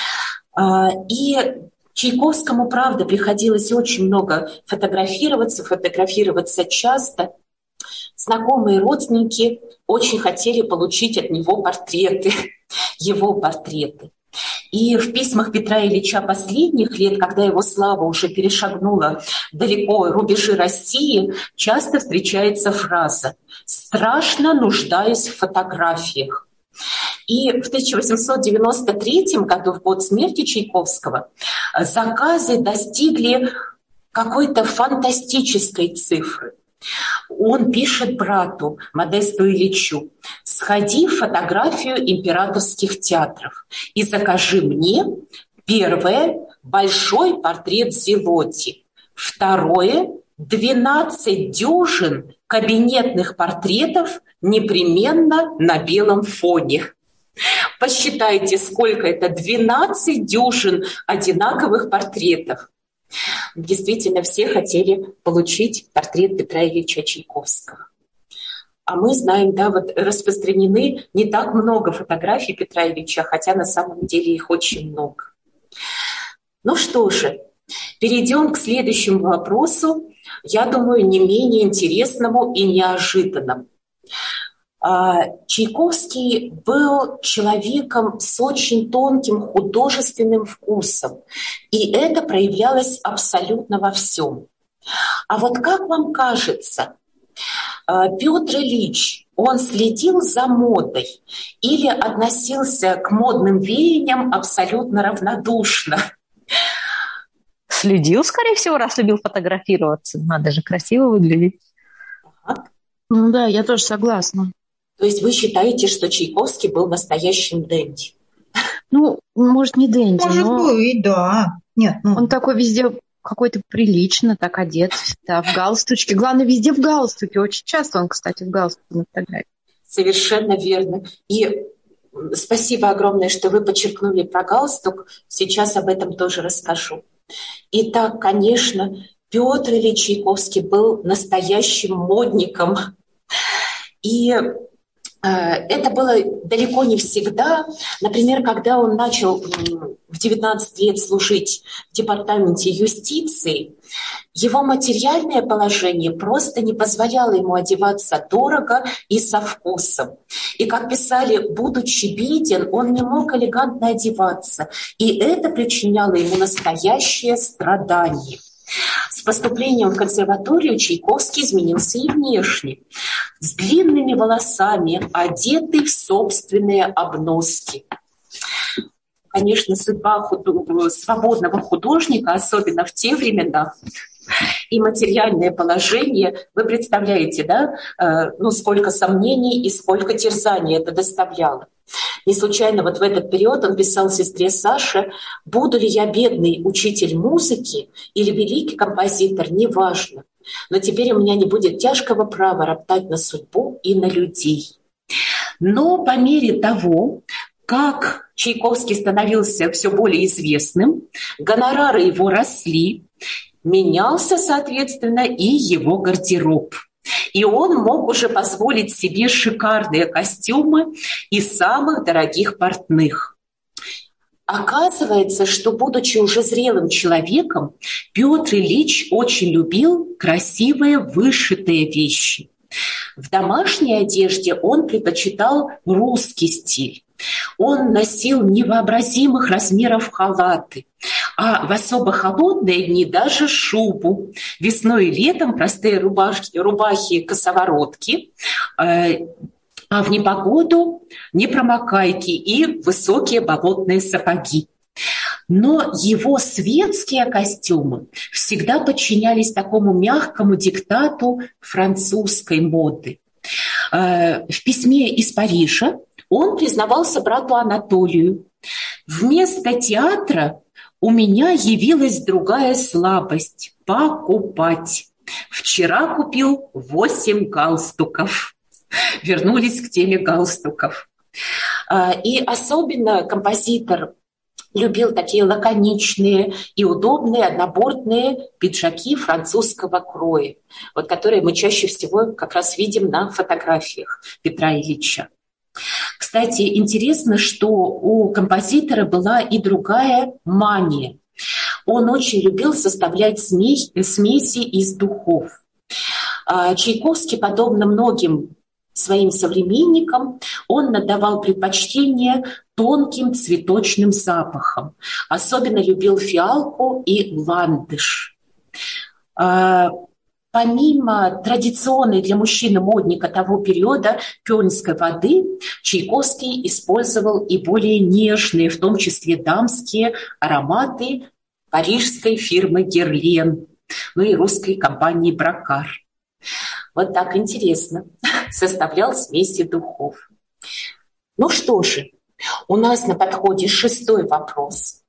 И Чайковскому, правда, приходилось очень много фотографироваться часто. Знакомые родственники очень хотели получить от него портреты, его портреты. И в письмах Петра Ильича последних лет, когда его слава уже перешагнула далеко рубежи России, часто встречается фраза «страшно нуждаюсь в фотографиях». И в 1893 году, в год смерти Чайковского, заказы достигли какой-то фантастической цифры. Он пишет брату Модесту Ильичу: «Сходи в фотографию императорских театров и закажи мне, первое, большой портрет Зелотти, второе, 12 дюжин кабинетных портретов непременно на белом фоне». Посчитайте, сколько это, 12 дюжин одинаковых портретов. Действительно, все хотели получить портрет Петра Ильича Чайковского. А мы знаем, да, вот распространены не так много фотографий Петра Ильича, хотя на самом деле их очень много. Ну что же, перейдем к следующему вопросу, я думаю, не менее интересному и неожиданному. Чайковский был человеком с очень тонким художественным вкусом, и это проявлялось абсолютно во всем. А вот как вам кажется, Петр Ильич, он следил за модой или относился к модным веяниям абсолютно равнодушно? Следил, скорее всего, раз любил фотографироваться. Надо же красиво выглядеть. Ага. Ну да, я тоже согласна. То есть вы считаете, что Чайковский был настоящим дэнди? Ну, может, не денди, Может быть, да. Нет, он такой везде какой-то прилично так одет, да, в галстучке. Главное, везде в галстуке. Очень часто он, кстати, в галстуке на фотографии. Совершенно верно. И спасибо огромное, что вы подчеркнули про галстук. Сейчас об этом тоже расскажу. Итак, конечно, Петр Ильич Чайковский был настоящим модником. И это было далеко не всегда. Например, когда он начал в 19 лет служить в департаменте юстиции, его материальное положение просто не позволяло ему одеваться дорого и со вкусом. И, как писали, будучи беден, он не мог элегантно одеваться. И это причиняло ему настоящее страдание. С поступлением в консерваторию Чайковский изменился и внешне. С длинными волосами, одетый в собственные обноски. Конечно, судьба свободного художника, особенно в те времена, и материальное положение, вы представляете, да, сколько сомнений и сколько терзаний это доставляло. Не случайно вот в этот период он писал сестре Саше: «Буду ли я бедный учитель музыки или великий композитор, неважно, но теперь у меня не будет тяжкого права роптать на судьбу и на людей». Но по мере того, как Чайковский становился все более известным, гонорары его росли, менялся, соответственно, и его гардероб. И он мог уже позволить себе шикарные костюмы и самых дорогих портных. Оказывается, что, будучи уже зрелым человеком, Петр Ильич очень любил красивые вышитые вещи. В домашней одежде он предпочитал русский стиль. Он носил невообразимых размеров халаты, а в особо холодные дни даже шубу. Весной и летом простые рубахи, косоворотки, а в непогоду непромокайки и высокие болотные сапоги. Но его светские костюмы всегда подчинялись такому мягкому диктату французской моды. В письме из Парижа он признавался брату Анатолию: «Вместо театра у меня явилась другая слабость – покупать. Вчера купил 8 галстуков». Вернулись к теме галстуков. И особенно композитор любил такие лаконичные и удобные однобортные пиджаки французского кроя, вот которые мы чаще всего как раз видим на фотографиях Петра Ильича. Кстати, интересно, что у композитора была и другая мания. Он очень любил составлять смеси из духов. Чайковский, подобно многим своим современникам, он надавал предпочтение тонким цветочным запахам. Особенно любил фиалку и ландыш. Помимо традиционной для мужчины-модника того периода кёльнской воды, Чайковский использовал и более нежные, в том числе дамские, ароматы парижской фирмы «Герлен», ну и русской компании «Бракар». Вот так интересно. Составлял смеси духов. Ну что же, у нас на подходе 6-й вопрос.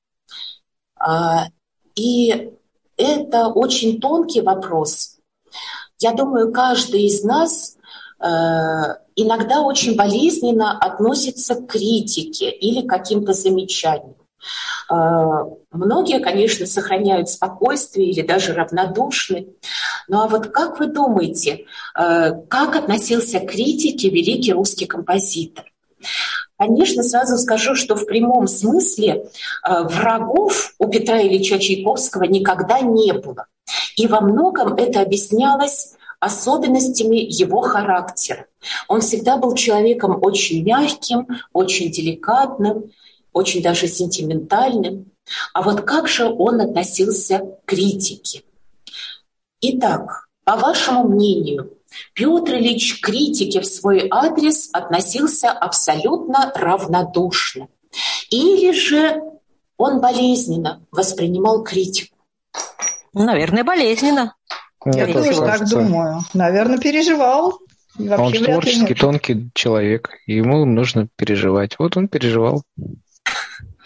И это очень тонкий вопрос. Я думаю, каждый из нас иногда очень болезненно относится к критике или к каким-то замечаниям. Многие, конечно, сохраняют спокойствие или даже равнодушны. Ну а вот как вы думаете, как относился к критике великий русский композитор? Конечно, сразу скажу, что в прямом смысле врагов у Петра Ильича Чайковского никогда не было. И во многом это объяснялось особенностями его характера. Он всегда был человеком очень мягким, очень деликатным, очень даже сентиментальным. А вот как же он относился к критике? Итак, по вашему мнению, Петр Ильич к критике в свой адрес относился абсолютно равнодушно? Или же он болезненно воспринимал критику? Наверное, болезненно. Я тоже так думаю. Наверное, переживал. Он творческий, тонкий человек. Ему нужно переживать. Вот он переживал.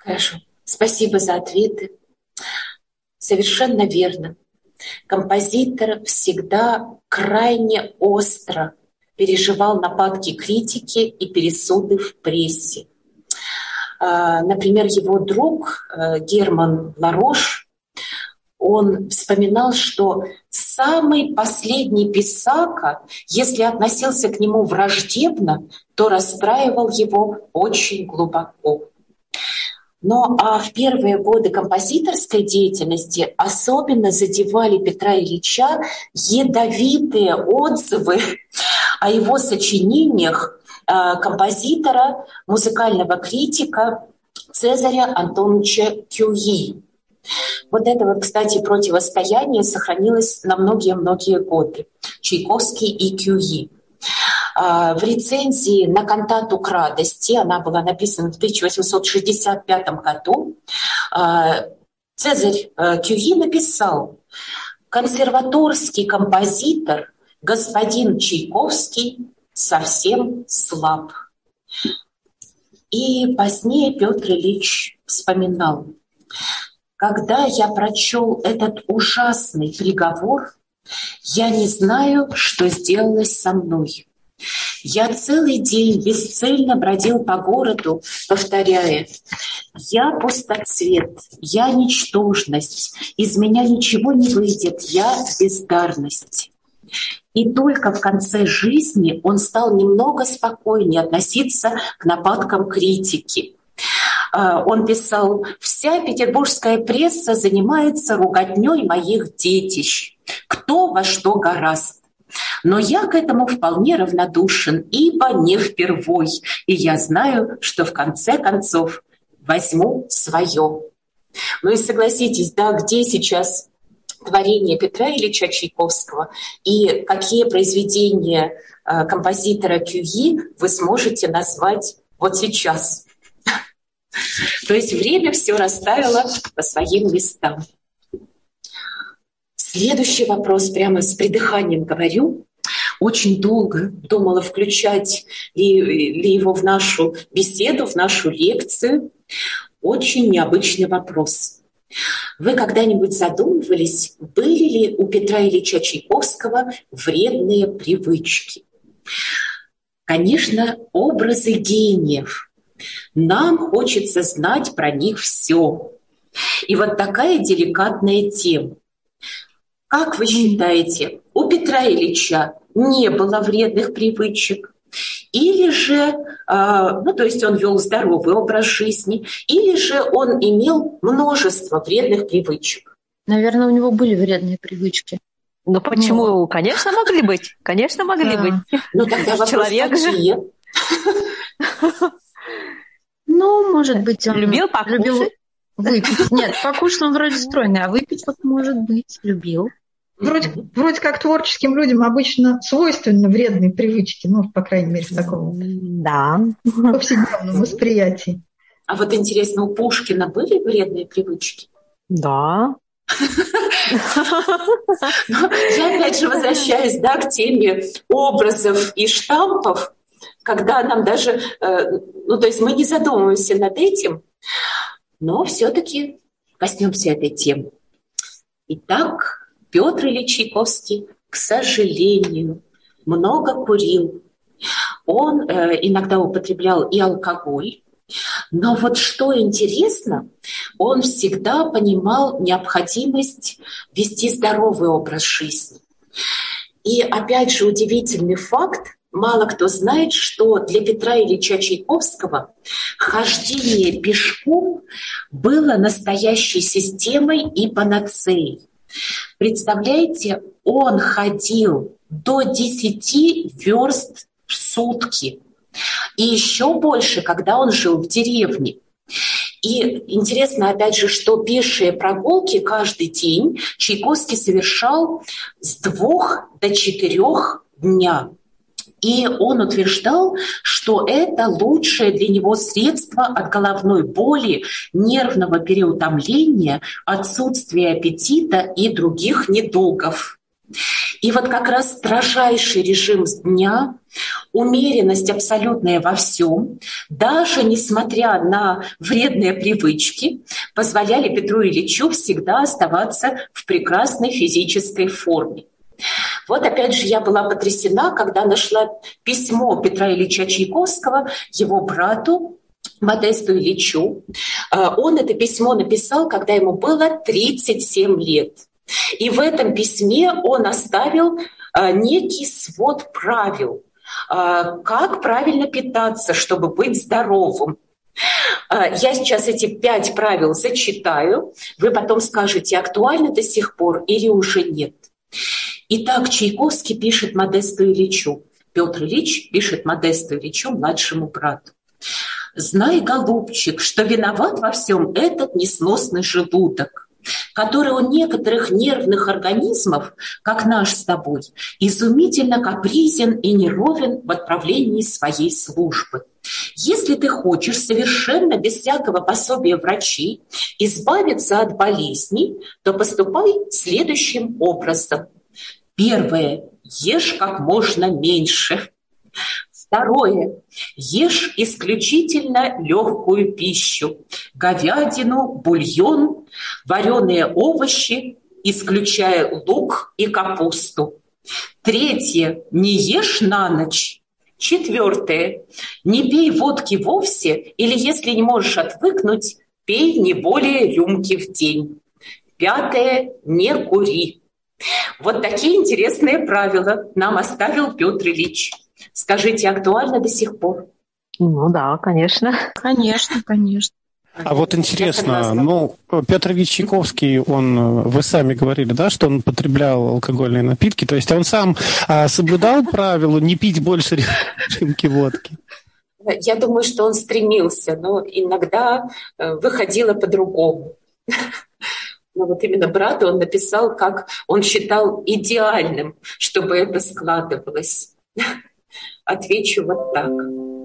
Хорошо. Спасибо за ответы. Совершенно верно. Композитор всегда крайне остро переживал нападки критики и пересуды в прессе. Например, его друг Герман Ларош, он вспоминал, что самый последний писака, если относился к нему враждебно, то расстраивал его очень глубоко. Но в первые годы композиторской деятельности особенно задевали Петра Ильича ядовитые отзывы о его сочинениях композитора, музыкального критика Цезаря Антоновича Кюи. Вот это вот, кстати, противостояние сохранилось на многие-многие годы. Чайковский и Кюи. В рецензии на кантату «К радости», она была написана в 1865 году, Цезарь Кюи написал: «Консерваторский композитор господин Чайковский совсем слаб». И позднее Петр Ильич вспоминал: «Когда я прочел этот ужасный приговор, я не знаю, что сделалось со мной. Я целый день бесцельно бродил по городу, повторяя: я пустоцвет, я ничтожность, из меня ничего не выйдет, я бездарность». И только в конце жизни он стал немного спокойнее относиться к нападкам критики. Он писал: «Вся петербургская пресса занимается ругатней моих детищ. Кто во что горазд. Но я к этому вполне равнодушен, ибо не впервой, и я знаю, что в конце концов возьму свое». Ну и согласитесь, да, где сейчас творение Петра Ильича Чайковского и какие произведения композитора Кюи вы сможете назвать вот сейчас? То есть время все расставило по своим местам. Следующий вопрос, прямо с придыханием говорю. Очень долго думала, включать ли его в нашу беседу, в нашу лекцию. Очень необычный вопрос. Вы когда-нибудь задумывались, были ли у Петра Ильича Чайковского вредные привычки? Конечно, образы гениев. Нам хочется знать про них все. И вот такая деликатная тема. Как вы считаете, у Петра Ильича не было вредных привычек? Или же, то есть он вел здоровый образ жизни, или же он имел множество вредных привычек? Наверное, у него были вредные привычки. Ну почему? Конечно, могли быть. Конечно, могли быть. Ну тогда вопрос человек какие? же. Ну, может быть, он любил покушать. Любил выпить. Нет, покушать он вроде стройный, а выпить вот, может быть, любил. Вроде как творческим людям обычно свойственны вредные привычки, ну, по крайней мере, в таком повседневном восприятии. А вот интересно, у Пушкина были вредные привычки? Да. Я опять же возвращаюсь, к теме образов и штампов, когда нам даже, то есть мы не задумываемся над этим, но все-таки коснемся этой темы. Итак, Петр Ильич Чайковский, к сожалению, много курил. Он иногда употреблял и алкоголь. Но вот что интересно, он всегда понимал необходимость вести здоровый образ жизни. И опять же удивительный факт, мало кто знает, что для Петра Ильича Чайковского хождение пешком было настоящей системой и панацеей. Представляете, он ходил до 10 верст в сутки. И еще больше, когда он жил в деревне. И интересно, опять же, что пешие прогулки каждый день Чайковский совершал с 2 до 4 дня. И он утверждал, что это лучшее для него средство от головной боли, нервного переутомления, отсутствия аппетита и других недугов. И вот как раз строжайший режим дня, умеренность абсолютная во всем, даже несмотря на вредные привычки, позволяли Петру Ильичу всегда оставаться в прекрасной физической форме. Вот опять же я была потрясена, когда нашла письмо Петра Ильича Чайковского его брату Модесту Ильичу. Он это письмо написал, когда ему было 37 лет. И в этом письме он оставил некий свод правил, как правильно питаться, чтобы быть здоровым. Я сейчас эти 5 правил зачитаю, вы потом скажете, актуально до сих пор или уже нет. Итак, Чайковский пишет Модесту Ильичу, Петр Ильич пишет Модесту Ильичу, младшему брату. «Знай, голубчик, что виноват во всем этот несносный желудок, который у некоторых нервных организмов, как наш с тобой, изумительно капризен и неровен в отправлении своей службы. Если ты хочешь совершенно без всякого пособия врачей избавиться от болезней, то поступай следующим образом. Первое. Ешь как можно меньше. Второе. Ешь исключительно легкую пищу. Говядину, бульон, вареные овощи, исключая лук и капусту. Третье. Не ешь на ночь. Четвертое. Не пей водки вовсе, или если не можешь отвыкнуть, пей не более рюмки в день. Пятое. Не кури. Вот такие интересные правила нам оставил Петр Ильич. Скажите, актуально до сих пор? Ну да, конечно. Конечно, конечно. А вот интересно, Петр Ильич Чайковский, вы сами говорили, да, что он потреблял алкогольные напитки, то есть он сам соблюдал правило не пить больше рюмки водки? Я думаю, что он стремился, но иногда выходило по-другому. Но вот именно брату он написал, как он считал идеальным, чтобы это складывалось. Отвечу вот так.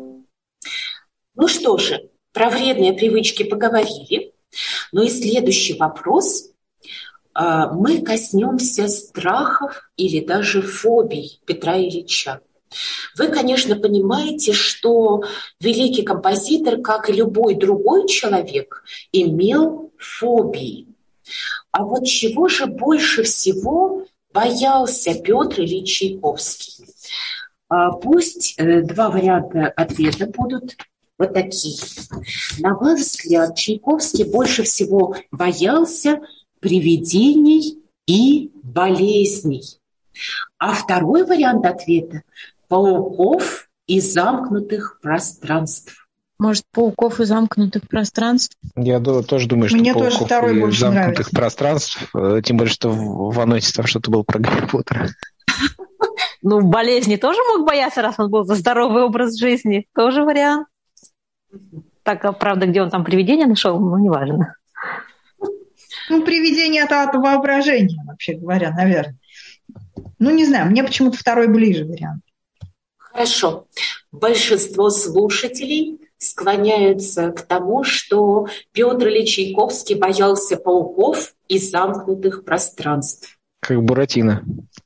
Ну что же, про вредные привычки поговорили. Ну и следующий вопрос. Мы коснемся страхов или даже фобий Петра Ильича. Вы, конечно, понимаете, что великий композитор, как и любой другой человек, имел фобии. А вот чего же больше всего боялся Петр Ильич Чайковский? Пусть 2 варианта ответа будут вот такие. На ваш взгляд, Чайковский больше всего боялся привидений и болезней. А второй вариант ответа – пауков и замкнутых пространств. Может, пауков и замкнутых пространств? Я тоже думаю, что Мне пауков тоже второй и больше замкнутых нравится. пространств, тем более, что в анонсе там что-то было про Гарри Поттера. Ну, болезни тоже мог бояться, раз он был за здоровый образ жизни. Тоже вариант. Так, правда, где он там привидение нашел, неважно. Привидение это от воображения, вообще говоря, наверное. Не знаю, мне почему-то второй ближе вариант. Хорошо. Большинство слушателей склоняются к тому, что Петр Ильич Чайковский боялся пауков и замкнутых пространств. Как Буратино.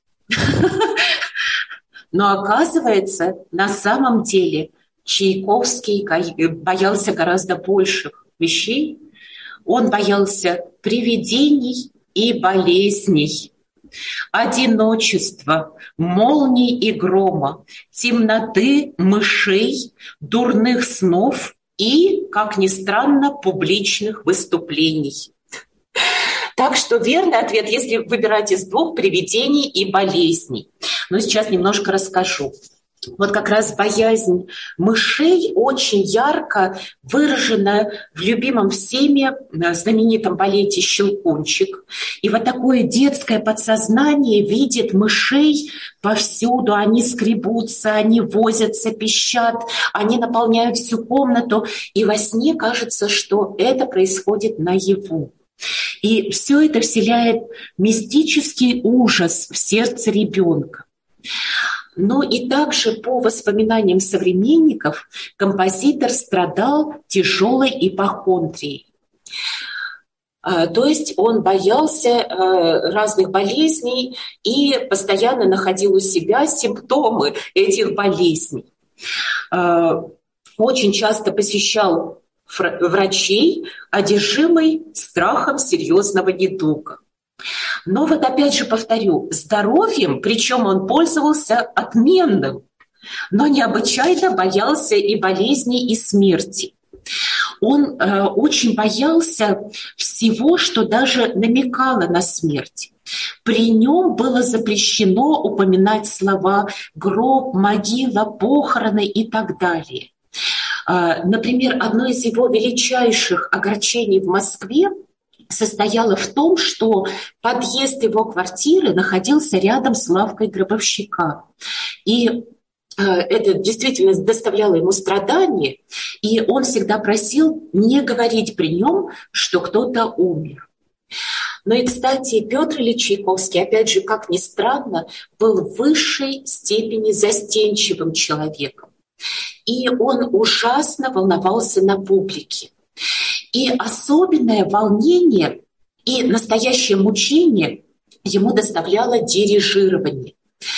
Но оказывается, на самом деле Чайковский боялся гораздо больших вещей. Он боялся привидений и болезней, одиночества, молний и грома, темноты, мышей, дурных снов и, как ни странно, публичных выступлений. Так что верный ответ, если выбирать из 2, привидений и болезней. Но сейчас немножко расскажу. Вот как раз боязнь мышей очень ярко выражена в любимом всеми знаменитом балете «Щелкунчик». И вот такое детское подсознание видит мышей повсюду. Они скребутся, они возятся, пищат, они наполняют всю комнату. И во сне кажется, что это происходит наяву. И все это вселяет мистический ужас в сердце ребенка. Но и также по воспоминаниям современников композитор страдал тяжелой ипохондрией. То есть он боялся разных болезней и постоянно находил у себя симптомы этих болезней. Очень часто посещал врачей, одержимый страхом серьезного недуга. Но вот опять же повторю, здоровьем, причем он пользовался отменным, но необычайно боялся и болезней, и смерти. Он очень боялся всего, что даже намекало на смерть. При нем было запрещено упоминать слова «гроб», «могила», «похороны» и так далее. Например, одно из его величайших огорчений в Москве состояло в том, что подъезд его квартиры находился рядом с лавкой гробовщика. И это действительно доставляло ему страдания, и он всегда просил не говорить при нем, что кто-то умер. Но и, кстати, Петр Ильич Чайковский, опять же, как ни странно, был в высшей степени застенчивым человеком. И он ужасно волновался на публике. И особенное волнение и настоящее мучение ему доставляло дирижирование.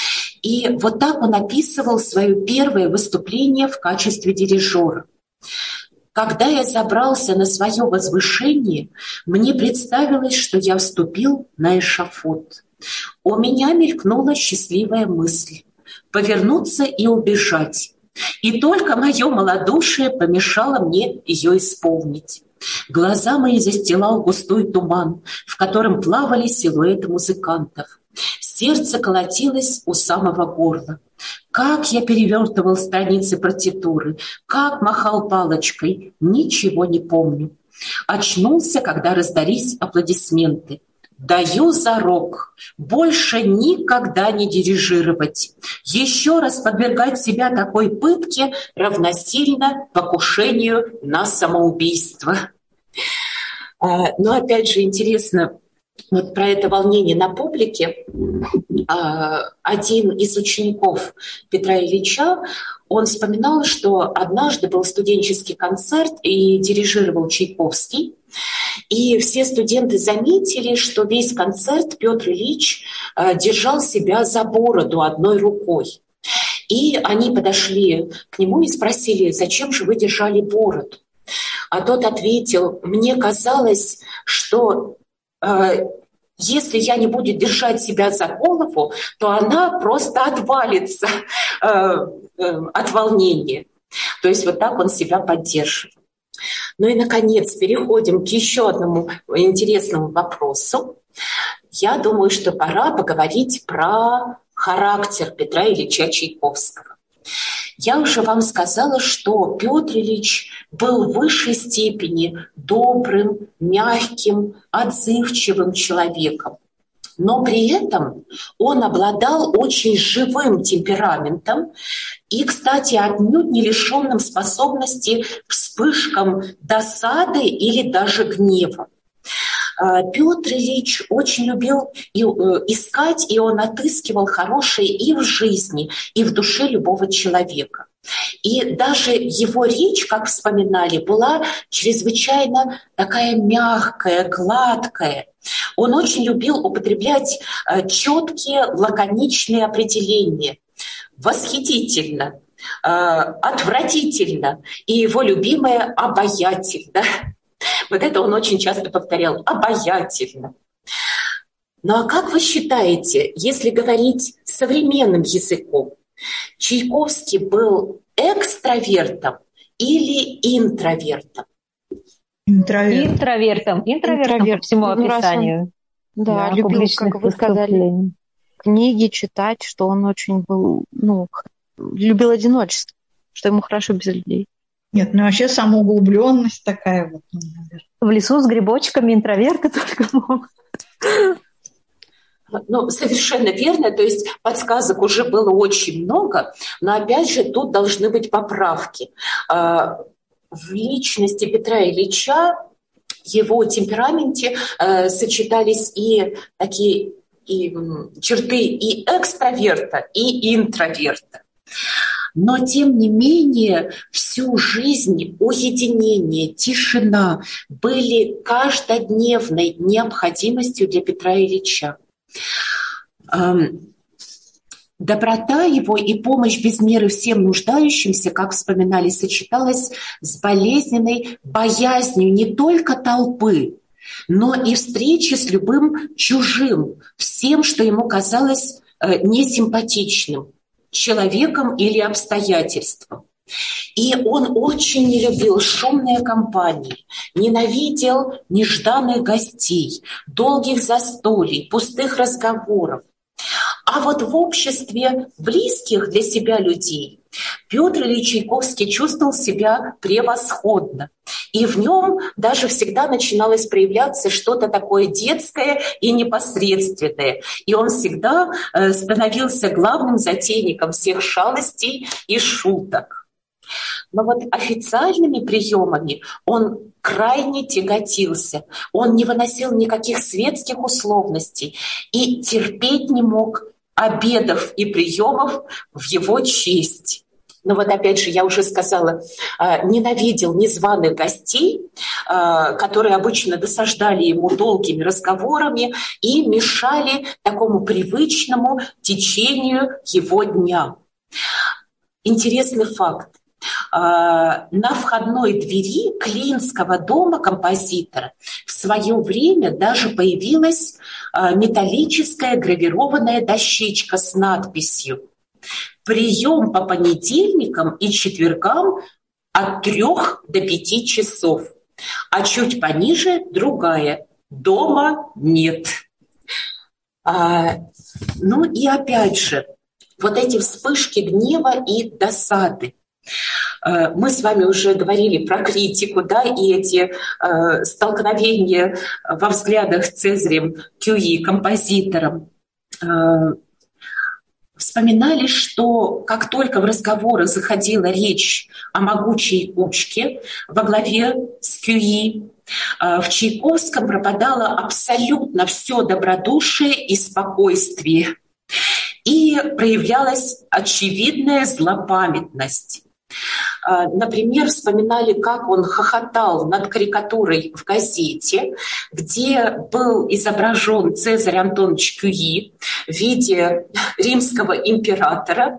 И вот так он описывал свое первое выступление в качестве дирижера. «Когда я забрался на свое возвышение, мне представилось, что я вступил на эшафот. У меня мелькнула счастливая мысль — повернуться и убежать. И только мое малодушие помешало мне ее исполнить. Глаза мои застилал густой туман, в котором плавали силуэты музыкантов. Сердце колотилось у самого горла. Как я перевертывал страницы партитуры, как махал палочкой, ничего не помню. Очнулся, когда раздались аплодисменты. Даю зарок, больше никогда не дирижировать. Еще раз подвергать себя такой пытке равносильно покушению на самоубийство. Но опять же интересно, вот про это волнение на публике. Один из учеников Петра Ильича, он вспоминал, что однажды был студенческий концерт и дирижировал Чайковский. И все студенты заметили, что весь концерт Петр Ильич держал себя за бороду одной рукой. И они подошли к нему и спросили: «Зачем же вы держали бороду?» А тот ответил: «Мне казалось, что если я не буду держать себя за голову, то она просто отвалится от волнения». То есть вот так он себя поддерживал. Ну и, наконец, переходим к еще одному интересному вопросу. Я думаю, что пора поговорить про характер Петра Ильича Чайковского. Я уже вам сказала, что Петр Ильич был в высшей степени добрым, мягким, отзывчивым человеком. Но при этом он обладал очень живым темпераментом и, кстати, отнюдь не лишенным способности к вспышкам досады или даже гнева. Петр Ильич очень любил искать, и он отыскивал хорошее и в жизни, и в душе любого человека. И даже его речь, как вспоминали, была чрезвычайно такая мягкая, гладкая. Он очень любил употреблять четкие, лаконичные определения. Восхитительно, отвратительно, и его любимое обаятельно. Вот это он очень часто повторял: обаятельно. Ну а как вы считаете, если говорить современным языком, Чайковский был экстравертом или интровертом? Интровертом по всему описанию. Да, любил, как вы сказали, книги читать, что он очень был, любил одиночество, что ему хорошо без людей. Нет, вообще самоуглубленность такая вот. В лесу с грибочками интроверты только могут. Совершенно верно. То есть подсказок уже было очень много, но опять же тут должны быть поправки. В личности Петра Ильича, его темпераменте сочетались и такие черты и экстраверта, и интроверта. Но, тем не менее, всю жизнь уединение, тишина были каждодневной необходимостью для Петра Ильича. Доброта его и помощь без меры всем нуждающимся, как вспоминали, сочеталась с болезненной боязнью не только толпы, но и встречи с любым чужим, всем, что ему казалось несимпатичным, человеком или обстоятельством. И он очень не любил шумные компании, ненавидел нежданных гостей, долгих застолий, пустых разговоров. А вот в обществе близких для себя людей Петр Ильич Чайковский чувствовал себя превосходно. И в нем даже всегда начиналось проявляться что-то такое детское и непосредственное. И он всегда становился главным затейником всех шалостей и шуток. Но вот официальными приемами он крайне тяготился. Он не выносил никаких светских условностей и терпеть не мог обедов и приемов в его честь. Но вот опять же, я уже сказала, ненавидел незваных гостей, которые обычно досаждали ему долгими разговорами и мешали такому привычному течению его дня. Интересный факт. На входной двери Клинского дома композитора в свое время даже появилась металлическая гравированная дощечка с надписью «Прием по понедельникам и четвергам от 3 до 5 часов», а чуть пониже другая «Дома нет». Ну и опять же, вот эти вспышки гнева и досады. Мы с вами уже говорили про критику, да, и эти столкновения во взглядах с Цезарем Кюи, композитором. Вспоминали, что как только в разговорах заходила речь о могучей кучке во главе с Кюи, в Чайковском пропадало абсолютно все добродушие и спокойствие. И проявлялась очевидная злопамятность. Например, вспоминали, как он хохотал над карикатурой в газете, где был изображен Цезарь Антонович Кюи в виде римского императора.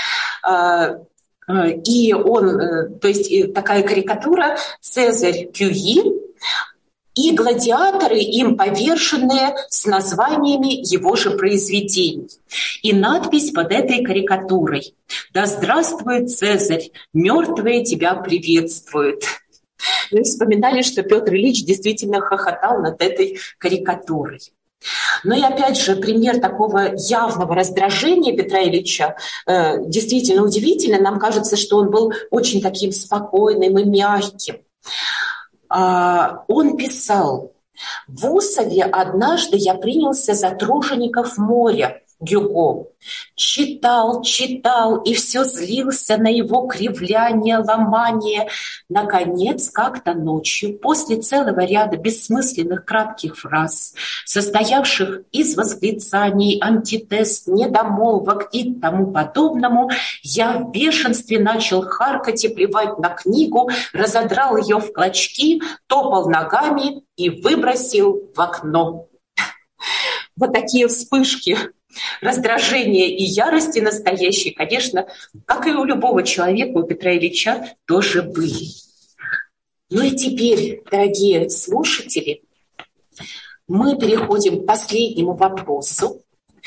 И он, то есть такая карикатура Цезарь Кюи и гладиаторы, им поверженные, с названиями его же произведений. И надпись под этой карикатурой: «Да здравствует Цезарь, мертвые тебя приветствуют». Мы вспоминали, что Петр Ильич действительно хохотал над этой карикатурой. Ну и опять же, пример такого явного раздражения Петра Ильича действительно удивительно. Нам кажется, что он был очень таким спокойным и мягким. Он писал: «В Усове однажды я принялся за тружеников моря» Гюго. Читал и все злился на его кривляние, ломание. Наконец, как-то ночью, после целого ряда бессмысленных кратких фраз, состоявших из восклицаний, антитез, недомолвок и тому подобному, я в бешенстве начал харкать и плевать на книгу, разодрал ее в клочки, топал ногами и выбросил в окно». Вот такие вспышки раздражения и ярости настоящей, конечно, как и у любого человека, у Петра Ильича тоже были. Ну и теперь, дорогие слушатели, мы переходим к последнему вопросу,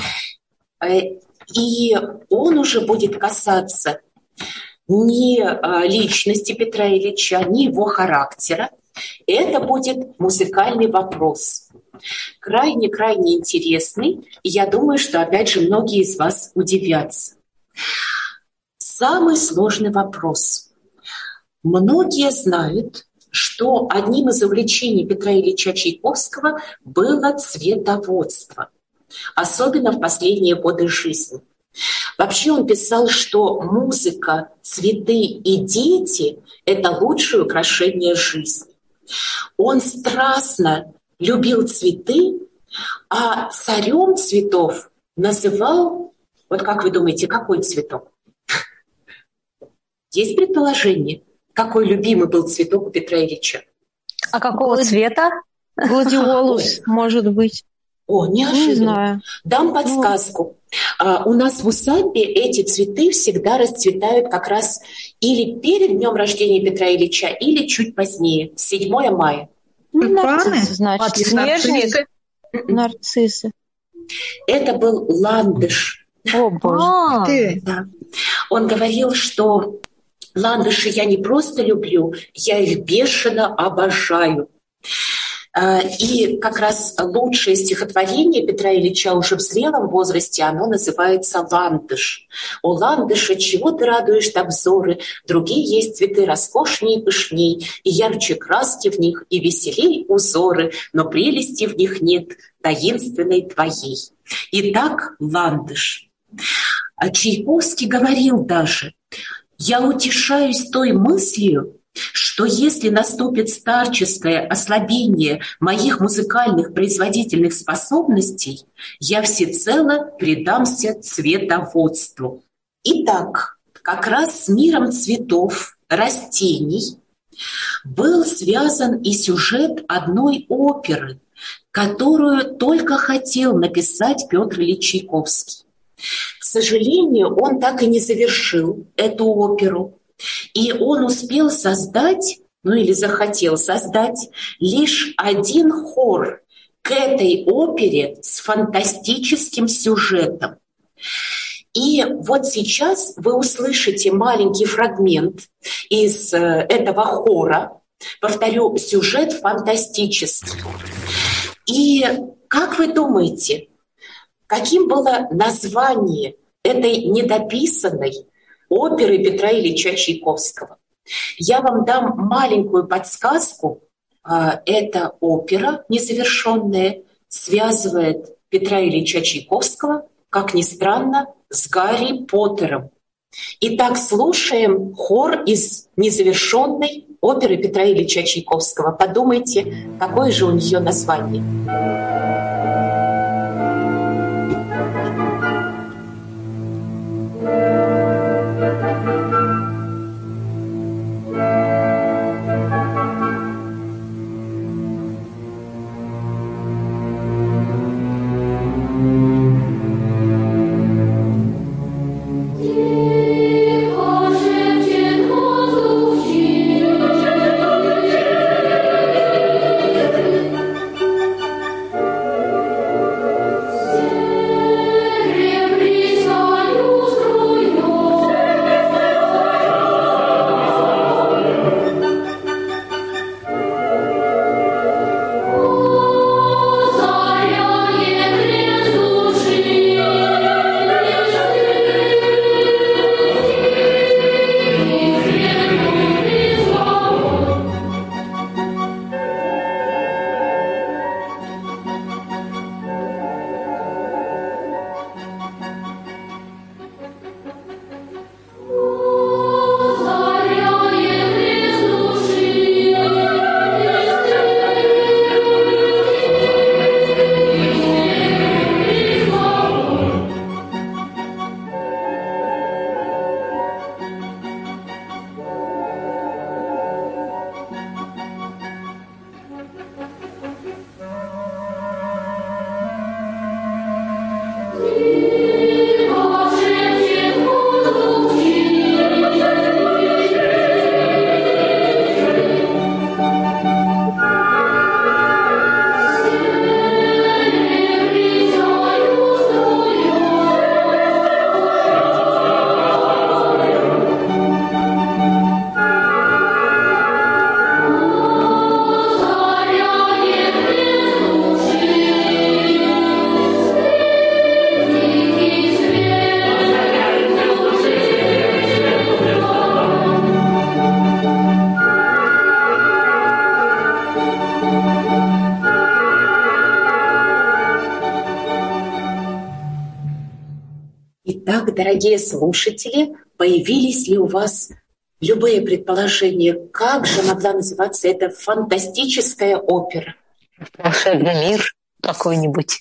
и он уже будет касаться не личности Петра Ильича, не его характера. Это будет музыкальный вопрос. Крайне-крайне интересный, и я думаю, что, опять же, многие из вас удивятся. Самый сложный вопрос. Многие знают, что одним из увлечений Петра Ильича Чайковского было цветоводство, особенно в последние годы жизни. Вообще он писал, что музыка, цветы и дети – это лучшее украшение жизни. Он страстно любил цветы, а царем цветов называл, вот как вы думаете, какой цветок? Есть предположение, какой любимый был цветок у Петра Ильича? А какого цвета? Гладиолус, может быть. О, неожиданно. Не знаю. Дам подсказку. У нас в усадьбе эти цветы всегда расцветают как раз или перед днем рождения Петра Ильича, или чуть позднее, 7 мая. Нарциссы, значит. Снежник. Нарциссы. Это был ландыш. О, боже. Да. Он говорил, что ландыши я не просто люблю, я их бешено обожаю. И как раз лучшее стихотворение Петра Ильича уже в зрелом возрасте, оно называется «Ландыш». «О, ландыша, чего ты радуешь обзоры? Другие есть цветы роскошней и пышней, и ярче краски в них, и веселей узоры, но прелести в них нет, таинственной твоей». Итак, ландыш. А Чайковский говорил даже: «Я утешаюсь той мыслью, что если наступит старческое ослабление моих музыкальных производительных способностей, я всецело предамся цветоводству». Итак, как раз с миром цветов, растений был связан и сюжет одной оперы, которую только хотел написать Петр Ильич Чайковский. К сожалению, он так и не завершил эту оперу. И он успел создать, или захотел создать, лишь один хор к этой опере с фантастическим сюжетом. И вот сейчас вы услышите маленький фрагмент из этого хора. Повторю, сюжет фантастический. И как вы думаете, каким было название этой недописанной оперы Петра Ильича Чайковского? Я вам дам маленькую подсказку. Эта опера незавершенная связывает Петра Ильича Чайковского, как ни странно, с Гарри Поттером. Итак, слушаем хор из незавершенной оперы Петра Ильича Чайковского. Подумайте, какое же у нее название. Итак, дорогие слушатели, появились ли у вас любые предположения, как же могла называться эта фантастическая опера? «Волшебный мир» какой-нибудь.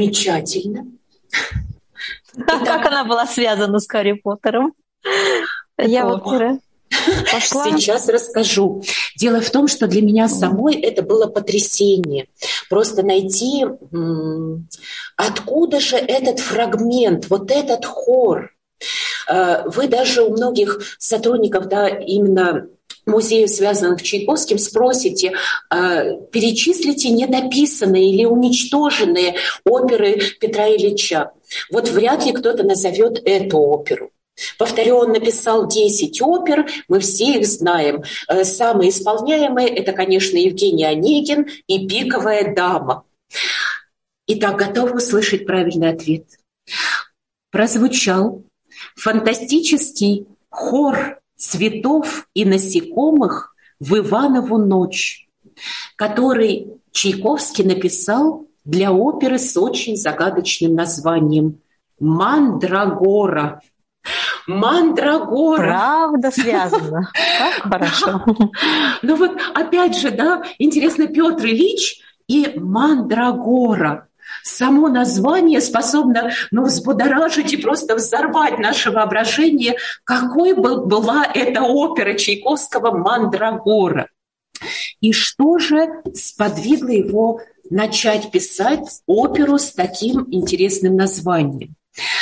Замечательно. Как она была связана с Гарри Поттером? Я вот пошла. Сейчас расскажу. Дело в том, что для меня самой это было потрясение. Просто найти, откуда же этот фрагмент, вот этот хор. Вы даже у многих сотрудников, да, именно музеев, связанных с Чайковским, спросите, перечислите недописанные или уничтоженные оперы Петра Ильича. Вот вряд ли кто-то назовет эту оперу. Повторю, он написал 10 опер, мы все их знаем. Самые исполняемые – это, конечно, Евгений Онегин и «Пиковая дама». Итак, готовы услышать правильный ответ? Прозвучал фантастический хор цветов и насекомых в Иванову ночь, который Чайковский написал для оперы с очень загадочным названием «Мандрагора». Мандрагора. Правда связано. Как хорошо. Ну вот опять же, да, интересно, Петр Ильич и Мандрагора. Само название способно, взбудоражить и просто взорвать наше воображение, какой была эта опера Чайковского «Мандрагора». И что же сподвигло его начать писать оперу с таким интересным названием?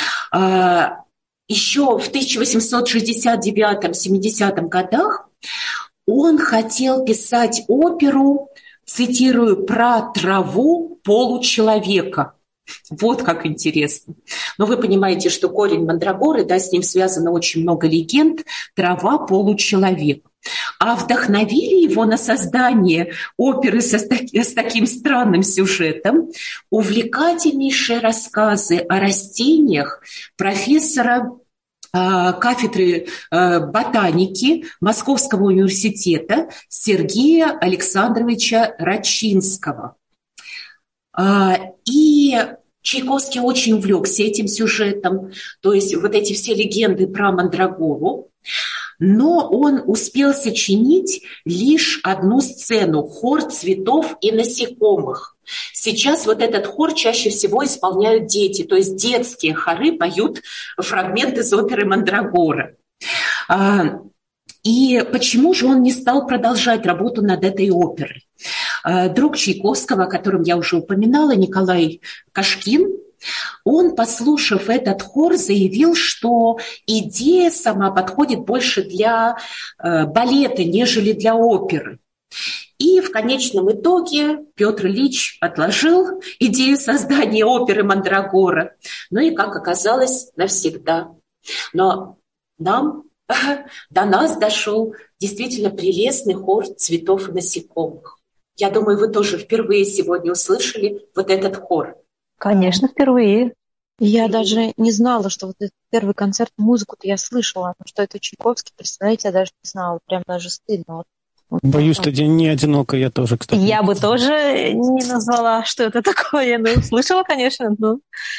Еще в 1869-70 годах он хотел писать оперу, цитирую, про траву получеловека. Вот как интересно. Но вы понимаете, что корень мандрагоры, да, с ним связано очень много легенд, трава получеловек. А вдохновили его на создание оперы с таким странным сюжетом увлекательнейшие рассказы о растениях профессора кафедры ботаники Московского университета Сергея Александровича Рачинского. И Чайковский очень увлекся этим сюжетом, то есть вот эти все легенды про мандрагору, но он успел сочинить лишь одну сцену – хор цветов и насекомых. Сейчас вот этот хор чаще всего исполняют дети, то есть детские хоры поют фрагменты из оперы «Мандрагора». И почему же он не стал продолжать работу над этой оперой? Друг Чайковского, о котором я уже упоминала, Николай Кашкин, он, послушав этот хор, заявил, что идея сама подходит больше для балета, нежели для оперы. И в конечном итоге Петр Ильич отложил идею создания оперы «Мандрагора». Ну и, как оказалось, навсегда. Но до нас дошел действительно прелестный хор цветов и насекомых. Я думаю, вы тоже впервые сегодня услышали вот этот хор. Конечно, впервые. Я даже не знала, что вот этот первый концерт, музыку-то я слышала, но что это Чайковский, представляете, я даже не знала, прям даже стыдно. Боюсь, что не одиноко, я тоже, кстати. Я бы тоже не назвала, что это такое, но слышала, конечно. Но...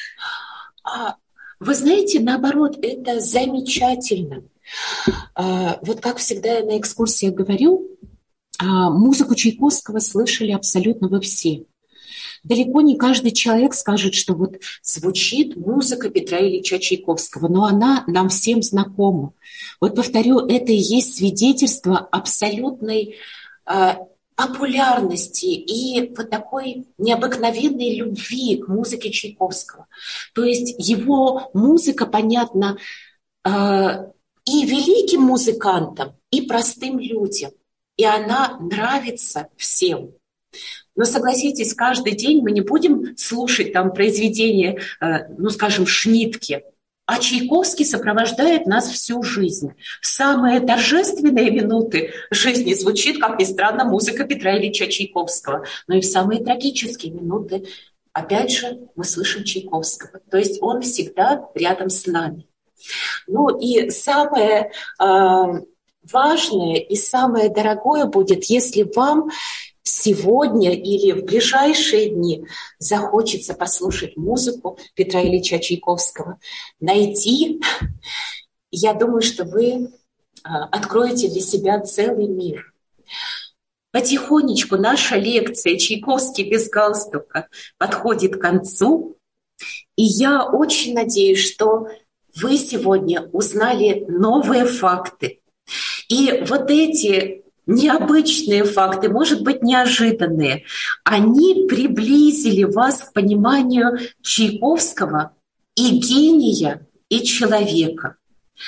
Вы знаете, наоборот, это замечательно. Вот как всегда я на экскурсиях говорю, музыку Чайковского слышали абсолютно вы все. Далеко не каждый человек скажет, что вот звучит музыка Петра Ильича Чайковского, но она нам всем знакома. Вот повторю, это и есть свидетельство абсолютной популярности и вот такой необыкновенной любви к музыке Чайковского. То есть его музыка понятна и великим музыкантам, и простым людям. И она нравится всем. Но согласитесь, каждый день мы не будем слушать там произведения, скажем, Шнитке. А Чайковский сопровождает нас всю жизнь. В самые торжественные минуты жизни звучит, как ни странно, музыка Петра Ильича Чайковского. Но и в самые трагические минуты, опять же, мы слышим Чайковского. То есть он всегда рядом с нами. Ну и самое важное и самое дорогое будет, если вам сегодня или в ближайшие дни захочется послушать музыку Петра Ильича Чайковского, найти, я думаю, что вы откроете для себя целый мир. Потихонечку наша лекция «Чайковский без галстука» подходит к концу, и я очень надеюсь, что вы сегодня узнали новые факты. И вот эти необычные факты, может быть, неожиданные, они приблизили вас к пониманию Чайковского и гения, и человека.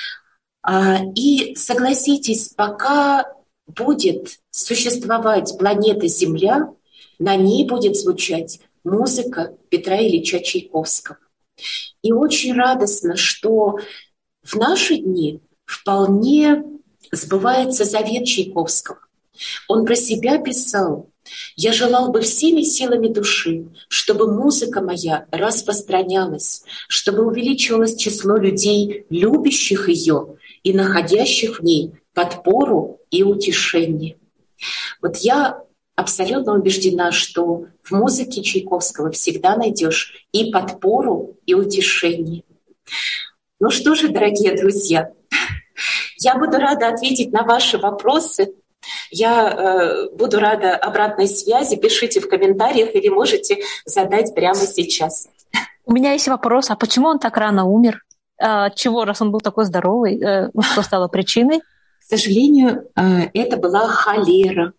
И согласитесь, пока будет существовать планета Земля, на ней будет звучать музыка Петра Ильича Чайковского. И очень радостно, что в наши дни вполне сбывается завет Чайковского. Он про себя писал: «Я желал бы всеми силами души, чтобы музыка моя распространялась, чтобы увеличивалось число людей, любящих ее и находящих в ней подпору и утешение». Вот я абсолютно убеждена, что в музыке Чайковского всегда найдешь и подпору, и утешение. Ну что же, дорогие друзья, я буду рада ответить на ваши вопросы. Я буду рада обратной связи. Пишите в комментариях или можете задать прямо сейчас. У меня есть вопрос. А почему он так рано умер? Чего, раз он был такой здоровый? Что стало причиной? К сожалению, это была холера.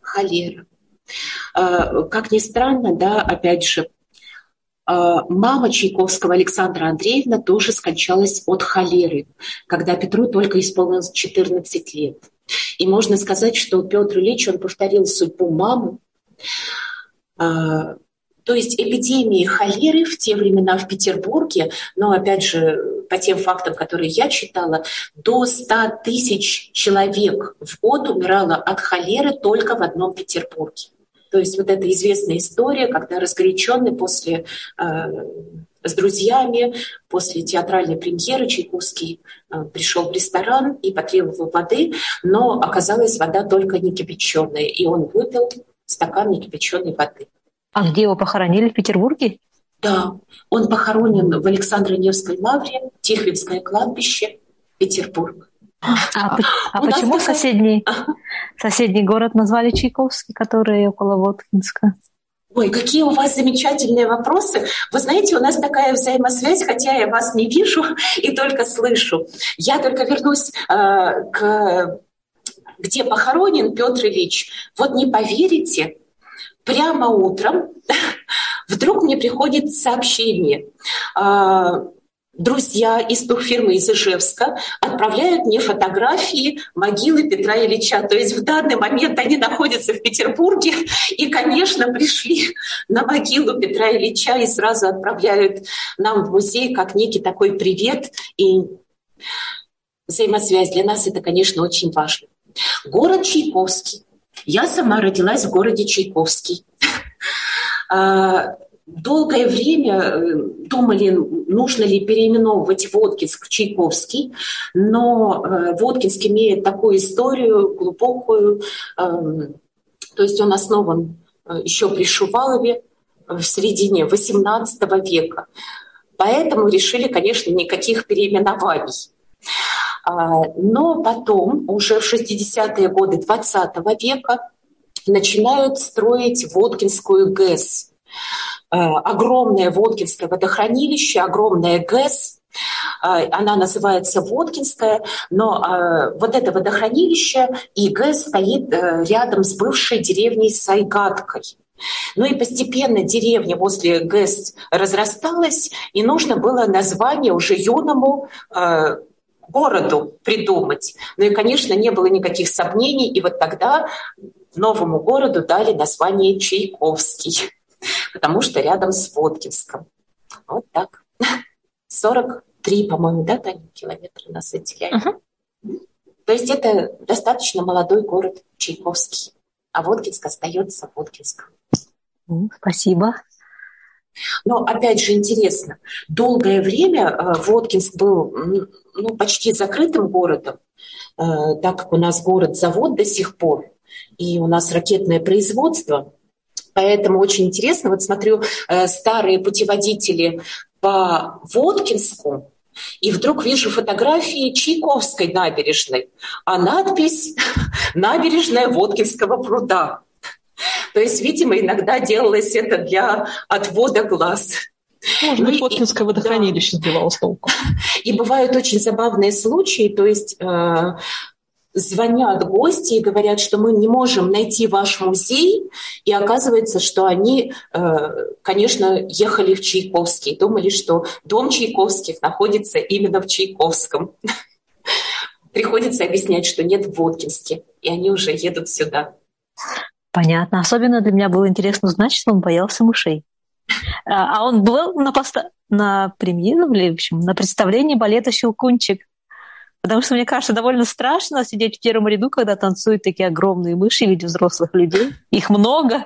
Как ни странно, да, опять же, мама Чайковского, Александра Андреевна, тоже скончалась от холеры, когда Петру только исполнилось 14 лет. И можно сказать, что Петр Ильич, он повторил судьбу мамы. То есть эпидемии холеры в те времена в Петербурге, но опять же, по тем фактам, которые я читала, до 100 тысяч человек в год умирало от холеры только в одном Петербурге. То есть вот эта известная история, когда разгоряченный с друзьями после театральной премьеры Чайковский пришел в ресторан и потребовал воды, но оказалась вода только не кипяченая, и он выпил стакан некипяченой воды. А где его похоронили? В Петербурге? Да, он похоронен в Александро-Невской лавре, Тихвинское кладбище, Петербург. Почему соседний город назвали Чайковский, который около Воткинска? Ой, какие у вас замечательные вопросы. Вы знаете, у нас такая взаимосвязь, хотя я вас не вижу и только слышу. Я только вернусь где похоронен Петр Ильич. Вот не поверите, прямо утром вдруг мне приходит сообщение. Друзья из турфирмы из Ижевска отправляют мне фотографии могилы Петра Ильича. То есть в данный момент они находятся в Петербурге и, конечно, пришли на могилу Петра Ильича и сразу отправляют нам в музей как некий такой привет и взаимосвязь. Для нас это, конечно, очень важно. Город Чайковский. Я сама родилась в городе Чайковский. Долгое время думали, нужно ли переименовывать Воткинск в Чайковский, но Воткинск имеет такую историю глубокую, то есть он основан еще при Шувалове в середине XVIII века. Поэтому решили, конечно, никаких переименований. Но потом, уже в 60-е годы XX века, начинают строить Воткинскую ГЭС. Огромное Воткинское водохранилище, огромная ГЭС. Она называется Воткинская, но вот это водохранилище и ГЭС стоит рядом с бывшей деревней Сайгаткой. Ну и постепенно деревня возле ГЭС разрасталась, и нужно было название уже юному городу придумать. Ну и, конечно, не было никаких сомнений, и вот тогда новому городу дали название Чайковский, потому что рядом с Воткинском. Вот так. 43, по-моему, да, Таня, километры нас отделяют. То есть это достаточно молодой город Чайковский, а Воткинск остается Воткинском. Спасибо. Но опять же интересно, долгое время Воткинск был почти закрытым городом, так как у нас город-завод до сих пор, и у нас ракетное производство. Поэтому очень интересно, вот смотрю старые путеводители по Воткинску, и вдруг вижу фотографии Чайковской набережной, а надпись «Набережная Воткинского пруда». То есть, видимо, иногда делалось это для отвода глаз. Может быть, Воткинское водохранилище сбивало с толку. И бывают очень забавные случаи, то есть звонят гости и говорят, что мы не можем найти ваш музей, и оказывается, что они, конечно, ехали в Чайковский, думали, что дом Чайковских находится именно в Чайковском. Приходится объяснять, что нет в Воткинске, и они уже едут сюда. Понятно. Особенно для меня было интересно узнать, что он боялся мышей. А он был на премьере, в общем, на представлении балета «Щелкунчик». Потому что, мне кажется, довольно страшно сидеть в первом ряду, когда танцуют такие огромные мыши в виде взрослых людей. Их много.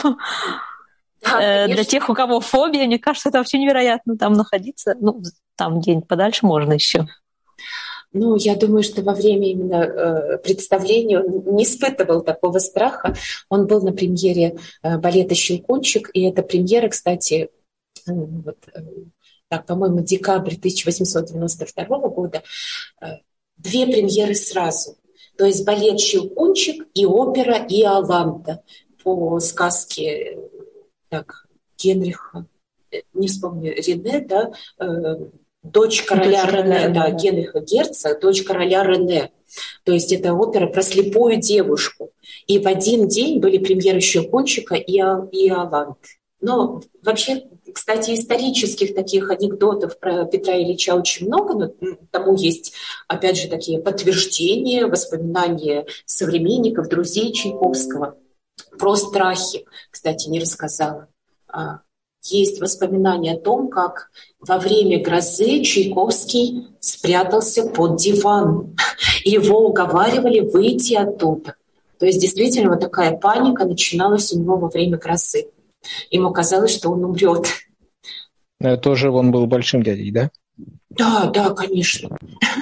Да, для тех, у кого фобия, мне кажется, это вообще невероятно там находиться. Ну, там где-нибудь подальше можно еще. Ну, я думаю, что во время именно представления он не испытывал такого страха. Он был на премьере балета «Щелкунчик», и эта премьера, кстати, по-моему, декабрь 1892 года, две премьеры сразу. То есть балет «Щелкунчик» и опера «Иоланда» по сказке Генриха, не вспомню, Рене, да, дочь короля Рене, да, Генриха Герца, дочь короля Рене. То есть это опера про слепую девушку. И в один день были премьеры «Щелкунчика» и «Иоланды». Но вообще, кстати, исторических таких анекдотов про Петра Ильича очень много, но тому есть, опять же, такие подтверждения, воспоминания современников, друзей Чайковского. Про страхи, кстати, не рассказала. Есть воспоминания о том, как во время грозы Чайковский спрятался под диван. И его уговаривали выйти оттуда. То есть действительно вот такая паника начиналась у него во время грозы. Ему казалось, что он умрет. Тоже он был большим дядей, да? Да, конечно.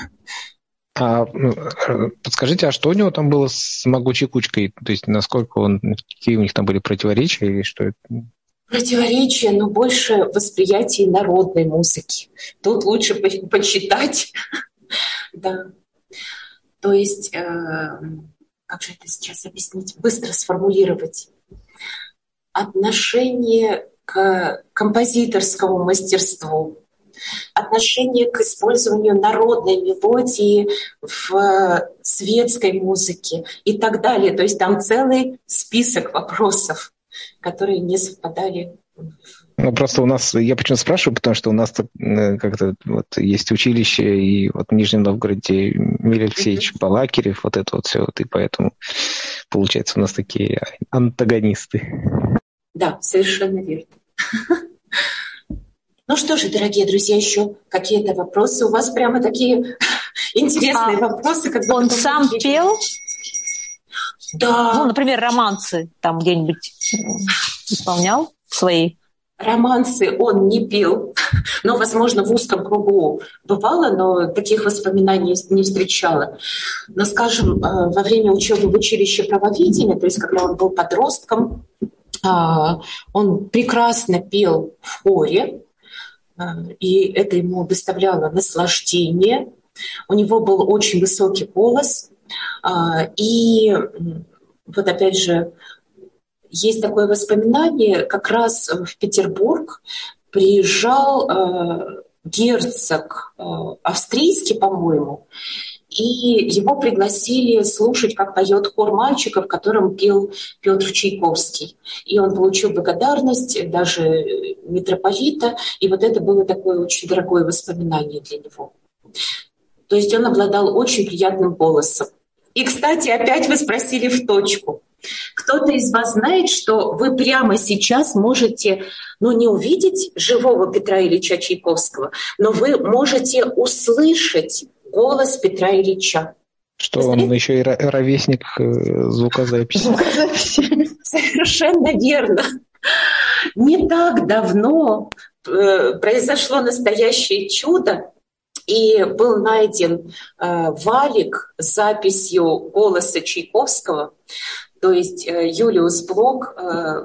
Подскажите, а что у него там было с могучей кучкой? То есть какие у них там были противоречия или что это? Противоречия, но больше восприятие народной музыки. Тут лучше почитать. Да. То есть, как же это сейчас объяснить, быстро сформулировать? Отношение к композиторскому мастерству, отношение к использованию народной мелодии в светской музыке и так далее. То есть там целый список вопросов, которые не совпадали. Ну, просто у нас, я почему спрашиваю, потому что у нас как-то вот есть училище, и вот в Нижнем Новгороде Эмиль Алексеевич Балакирев, вот это вот все, и поэтому получается у нас такие антагонисты. Да, совершенно верно. Ну что же, дорогие друзья, еще какие-то вопросы? У вас прямо такие интересные вопросы. Как он сам пел? Да. Ну, например, романсы там где-нибудь исполнял свои? Романсы он не пел, но, возможно, в узком кругу бывало, но таких воспоминаний не встречала. Но, скажем, во время учебы в училище правоведения, то есть когда он был подростком, он прекрасно пел в хоре, и это ему доставляло наслаждение. У него был очень высокий голос. И вот опять же, есть такое воспоминание, как раз в Петербург приезжал герцог австрийский, по-моему, и его пригласили слушать, как поет хор мальчиков, в котором пел Петр Чайковский. И он получил благодарность даже митрополита, и вот это было такое очень дорогое воспоминание для него. То есть он обладал очень приятным голосом. И, кстати, опять вы спросили в точку. Кто-то из вас знает, что вы прямо сейчас можете, не увидеть живого Петра Ильича Чайковского, но вы можете услышать голос Петра Ильича. Что он еще и ровесник звукозаписи. Совершенно верно. Не так давно произошло настоящее чудо, и был найден валик с записью голоса Чайковского. То есть Юлиус Блок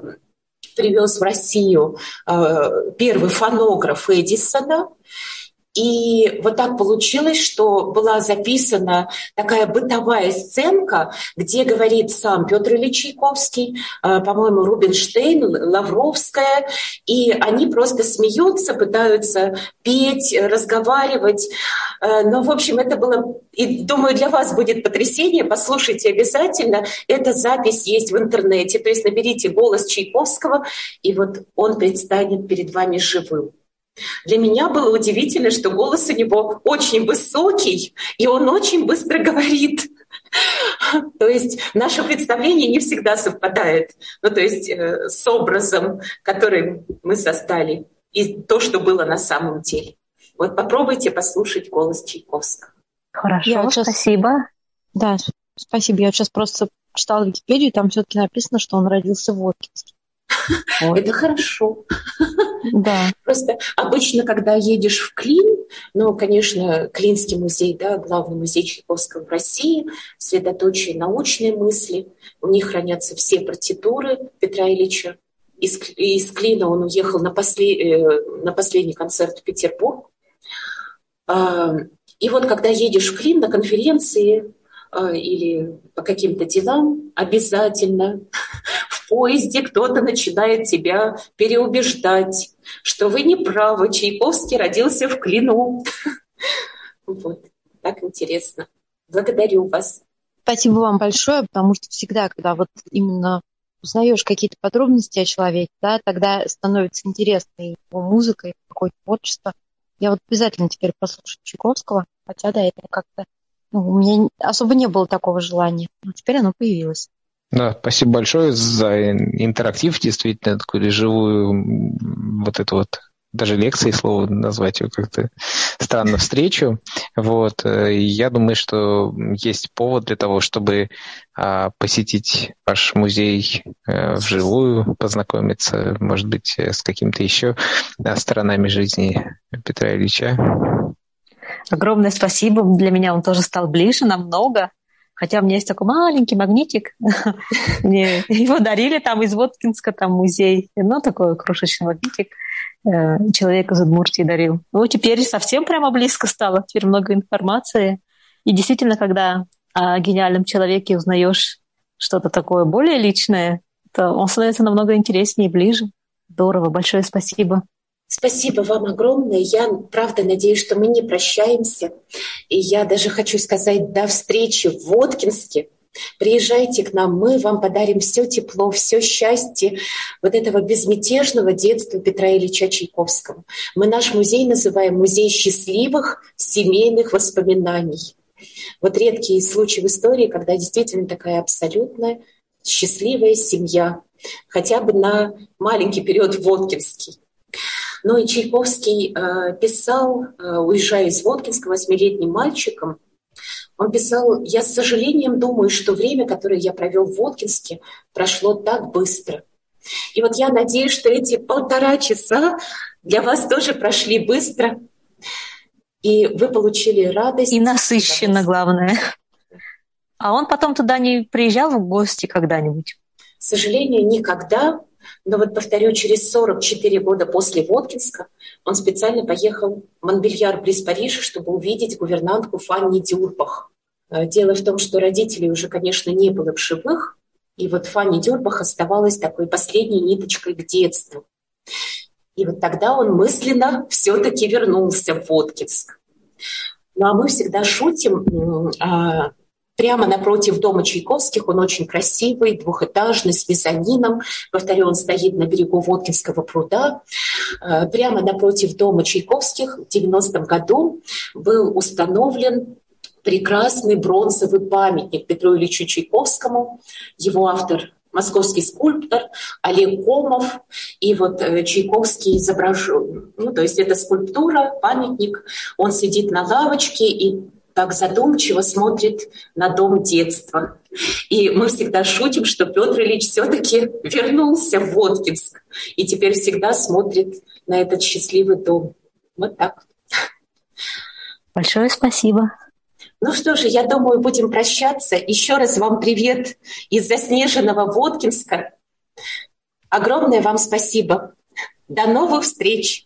привез в Россию первый фонограф Эдисона, И вот так получилось, что была записана такая бытовая сценка, где говорит сам Петр Ильич Чайковский, по-моему, Рубинштейн, Лавровская, и они просто смеются, пытаются петь, разговаривать. Но, в общем, это было, и думаю, для вас будет потрясение, послушайте обязательно. Эта запись есть в интернете, то есть наберите голос Чайковского, и вот он предстанет перед вами живым. Для меня было удивительно, что голос у него очень высокий, и он очень быстро говорит. То есть наше представление не всегда совпадает, ну, то есть с образом, который мы создали, и то, что было на самом деле. Вот попробуйте послушать голос Чайковского. Хорошо, спасибо. Да, спасибо. Я сейчас просто читала Википедию, там все-таки написано, что он родился в Воткинске. Это хорошо. Да. Просто обычно, когда едешь в Клин, ну, конечно, Клинский музей, да, главный музей Чайковского в России, средоточие научной мысли, у них хранятся все партитуры Петра Ильича. Из Клина он уехал на последний концерт в Петербург. И вот когда едешь в Клин на конференции или по каким-то делам, обязательно в поезде кто-то начинает тебя переубеждать, что вы не правы, Чайковский родился в Клину. Вот, так интересно. Благодарю вас. Спасибо вам большое, потому что всегда, когда вот именно узнаешь какие-то подробности о человеке, да, тогда становится интересно его музыка, и какое-то творчество. Я вот обязательно теперь послушаю Чайковского, хотя до этого как-то у меня особо не было такого желания, но теперь оно появилось. Да, спасибо большое за интерактив, действительно, такую живую вот эту вот, даже лекцией слово назвать ее как-то странно, встречу. Вот. И я думаю, что есть повод для того, чтобы посетить ваш музей вживую, познакомиться, может быть, с какими-то еще сторонами жизни Петра Ильича. Огромное спасибо. Для меня он тоже стал ближе намного. Хотя у меня есть такой маленький магнитик. Мне его дарили там из Воткинска, там музей. Ну, такой крошечный магнитик. Человек из Удмуртии дарил. Ну, теперь совсем прямо близко стало. Теперь много информации. И действительно, когда о гениальном человеке узнаешь что-то такое более личное, то он становится намного интереснее и ближе. Здорово. Большое спасибо. Спасибо вам огромное. Я, правда, надеюсь, что мы не прощаемся. И я даже хочу сказать до встречи в Воткинске. Приезжайте к нам, мы вам подарим все тепло, все счастье вот этого безмятежного детства Петра Ильича Чайковского. Мы наш музей называем «Музей счастливых семейных воспоминаний». Вот редкие случаи в истории, когда действительно такая абсолютная счастливая семья, хотя бы на маленький период в Воткинске. Ну и Чайковский писал, уезжая из Воткинска 8-летним мальчиком, он писал: «Я с сожалением думаю, что время, которое я провел в Воткинске, прошло так быстро». И вот я надеюсь, что эти 1,5 часа для вас тоже прошли быстро, и вы получили радость. И насыщенно, главное. А он потом туда не приезжал в гости когда-нибудь? К сожалению, никогда. Но вот, повторю, через 44 года после Воткинска он специально поехал в Монбельяр близ Парижа, чтобы увидеть гувернантку Фанни Дюрбах. Дело в том, что родителей уже, конечно, не было в живых, и вот Фанни Дюрбах оставалась такой последней ниточкой к детству. И вот тогда он мысленно все-таки вернулся в Воткинск. Ну а мы всегда шутим. Прямо напротив дома Чайковских, он очень красивый, двухэтажный, с мезонином. Повторю, он стоит на берегу Воткинского пруда. Прямо напротив дома Чайковских в 90-м году был установлен прекрасный бронзовый памятник Петру Ильичу Чайковскому. Его автор — московский скульптор Олег Комов. И вот Чайковский изображен. Ну, то есть это скульптура, памятник. Он сидит на лавочке и так задумчиво смотрит на дом детства. И мы всегда шутим, что Петр Ильич все-таки вернулся в Воткинск и теперь всегда смотрит на этот счастливый дом. Вот так. Большое спасибо. Ну что же, я думаю, будем прощаться. Еще раз вам привет из заснеженного Воткинска. Огромное вам спасибо. До новых встреч!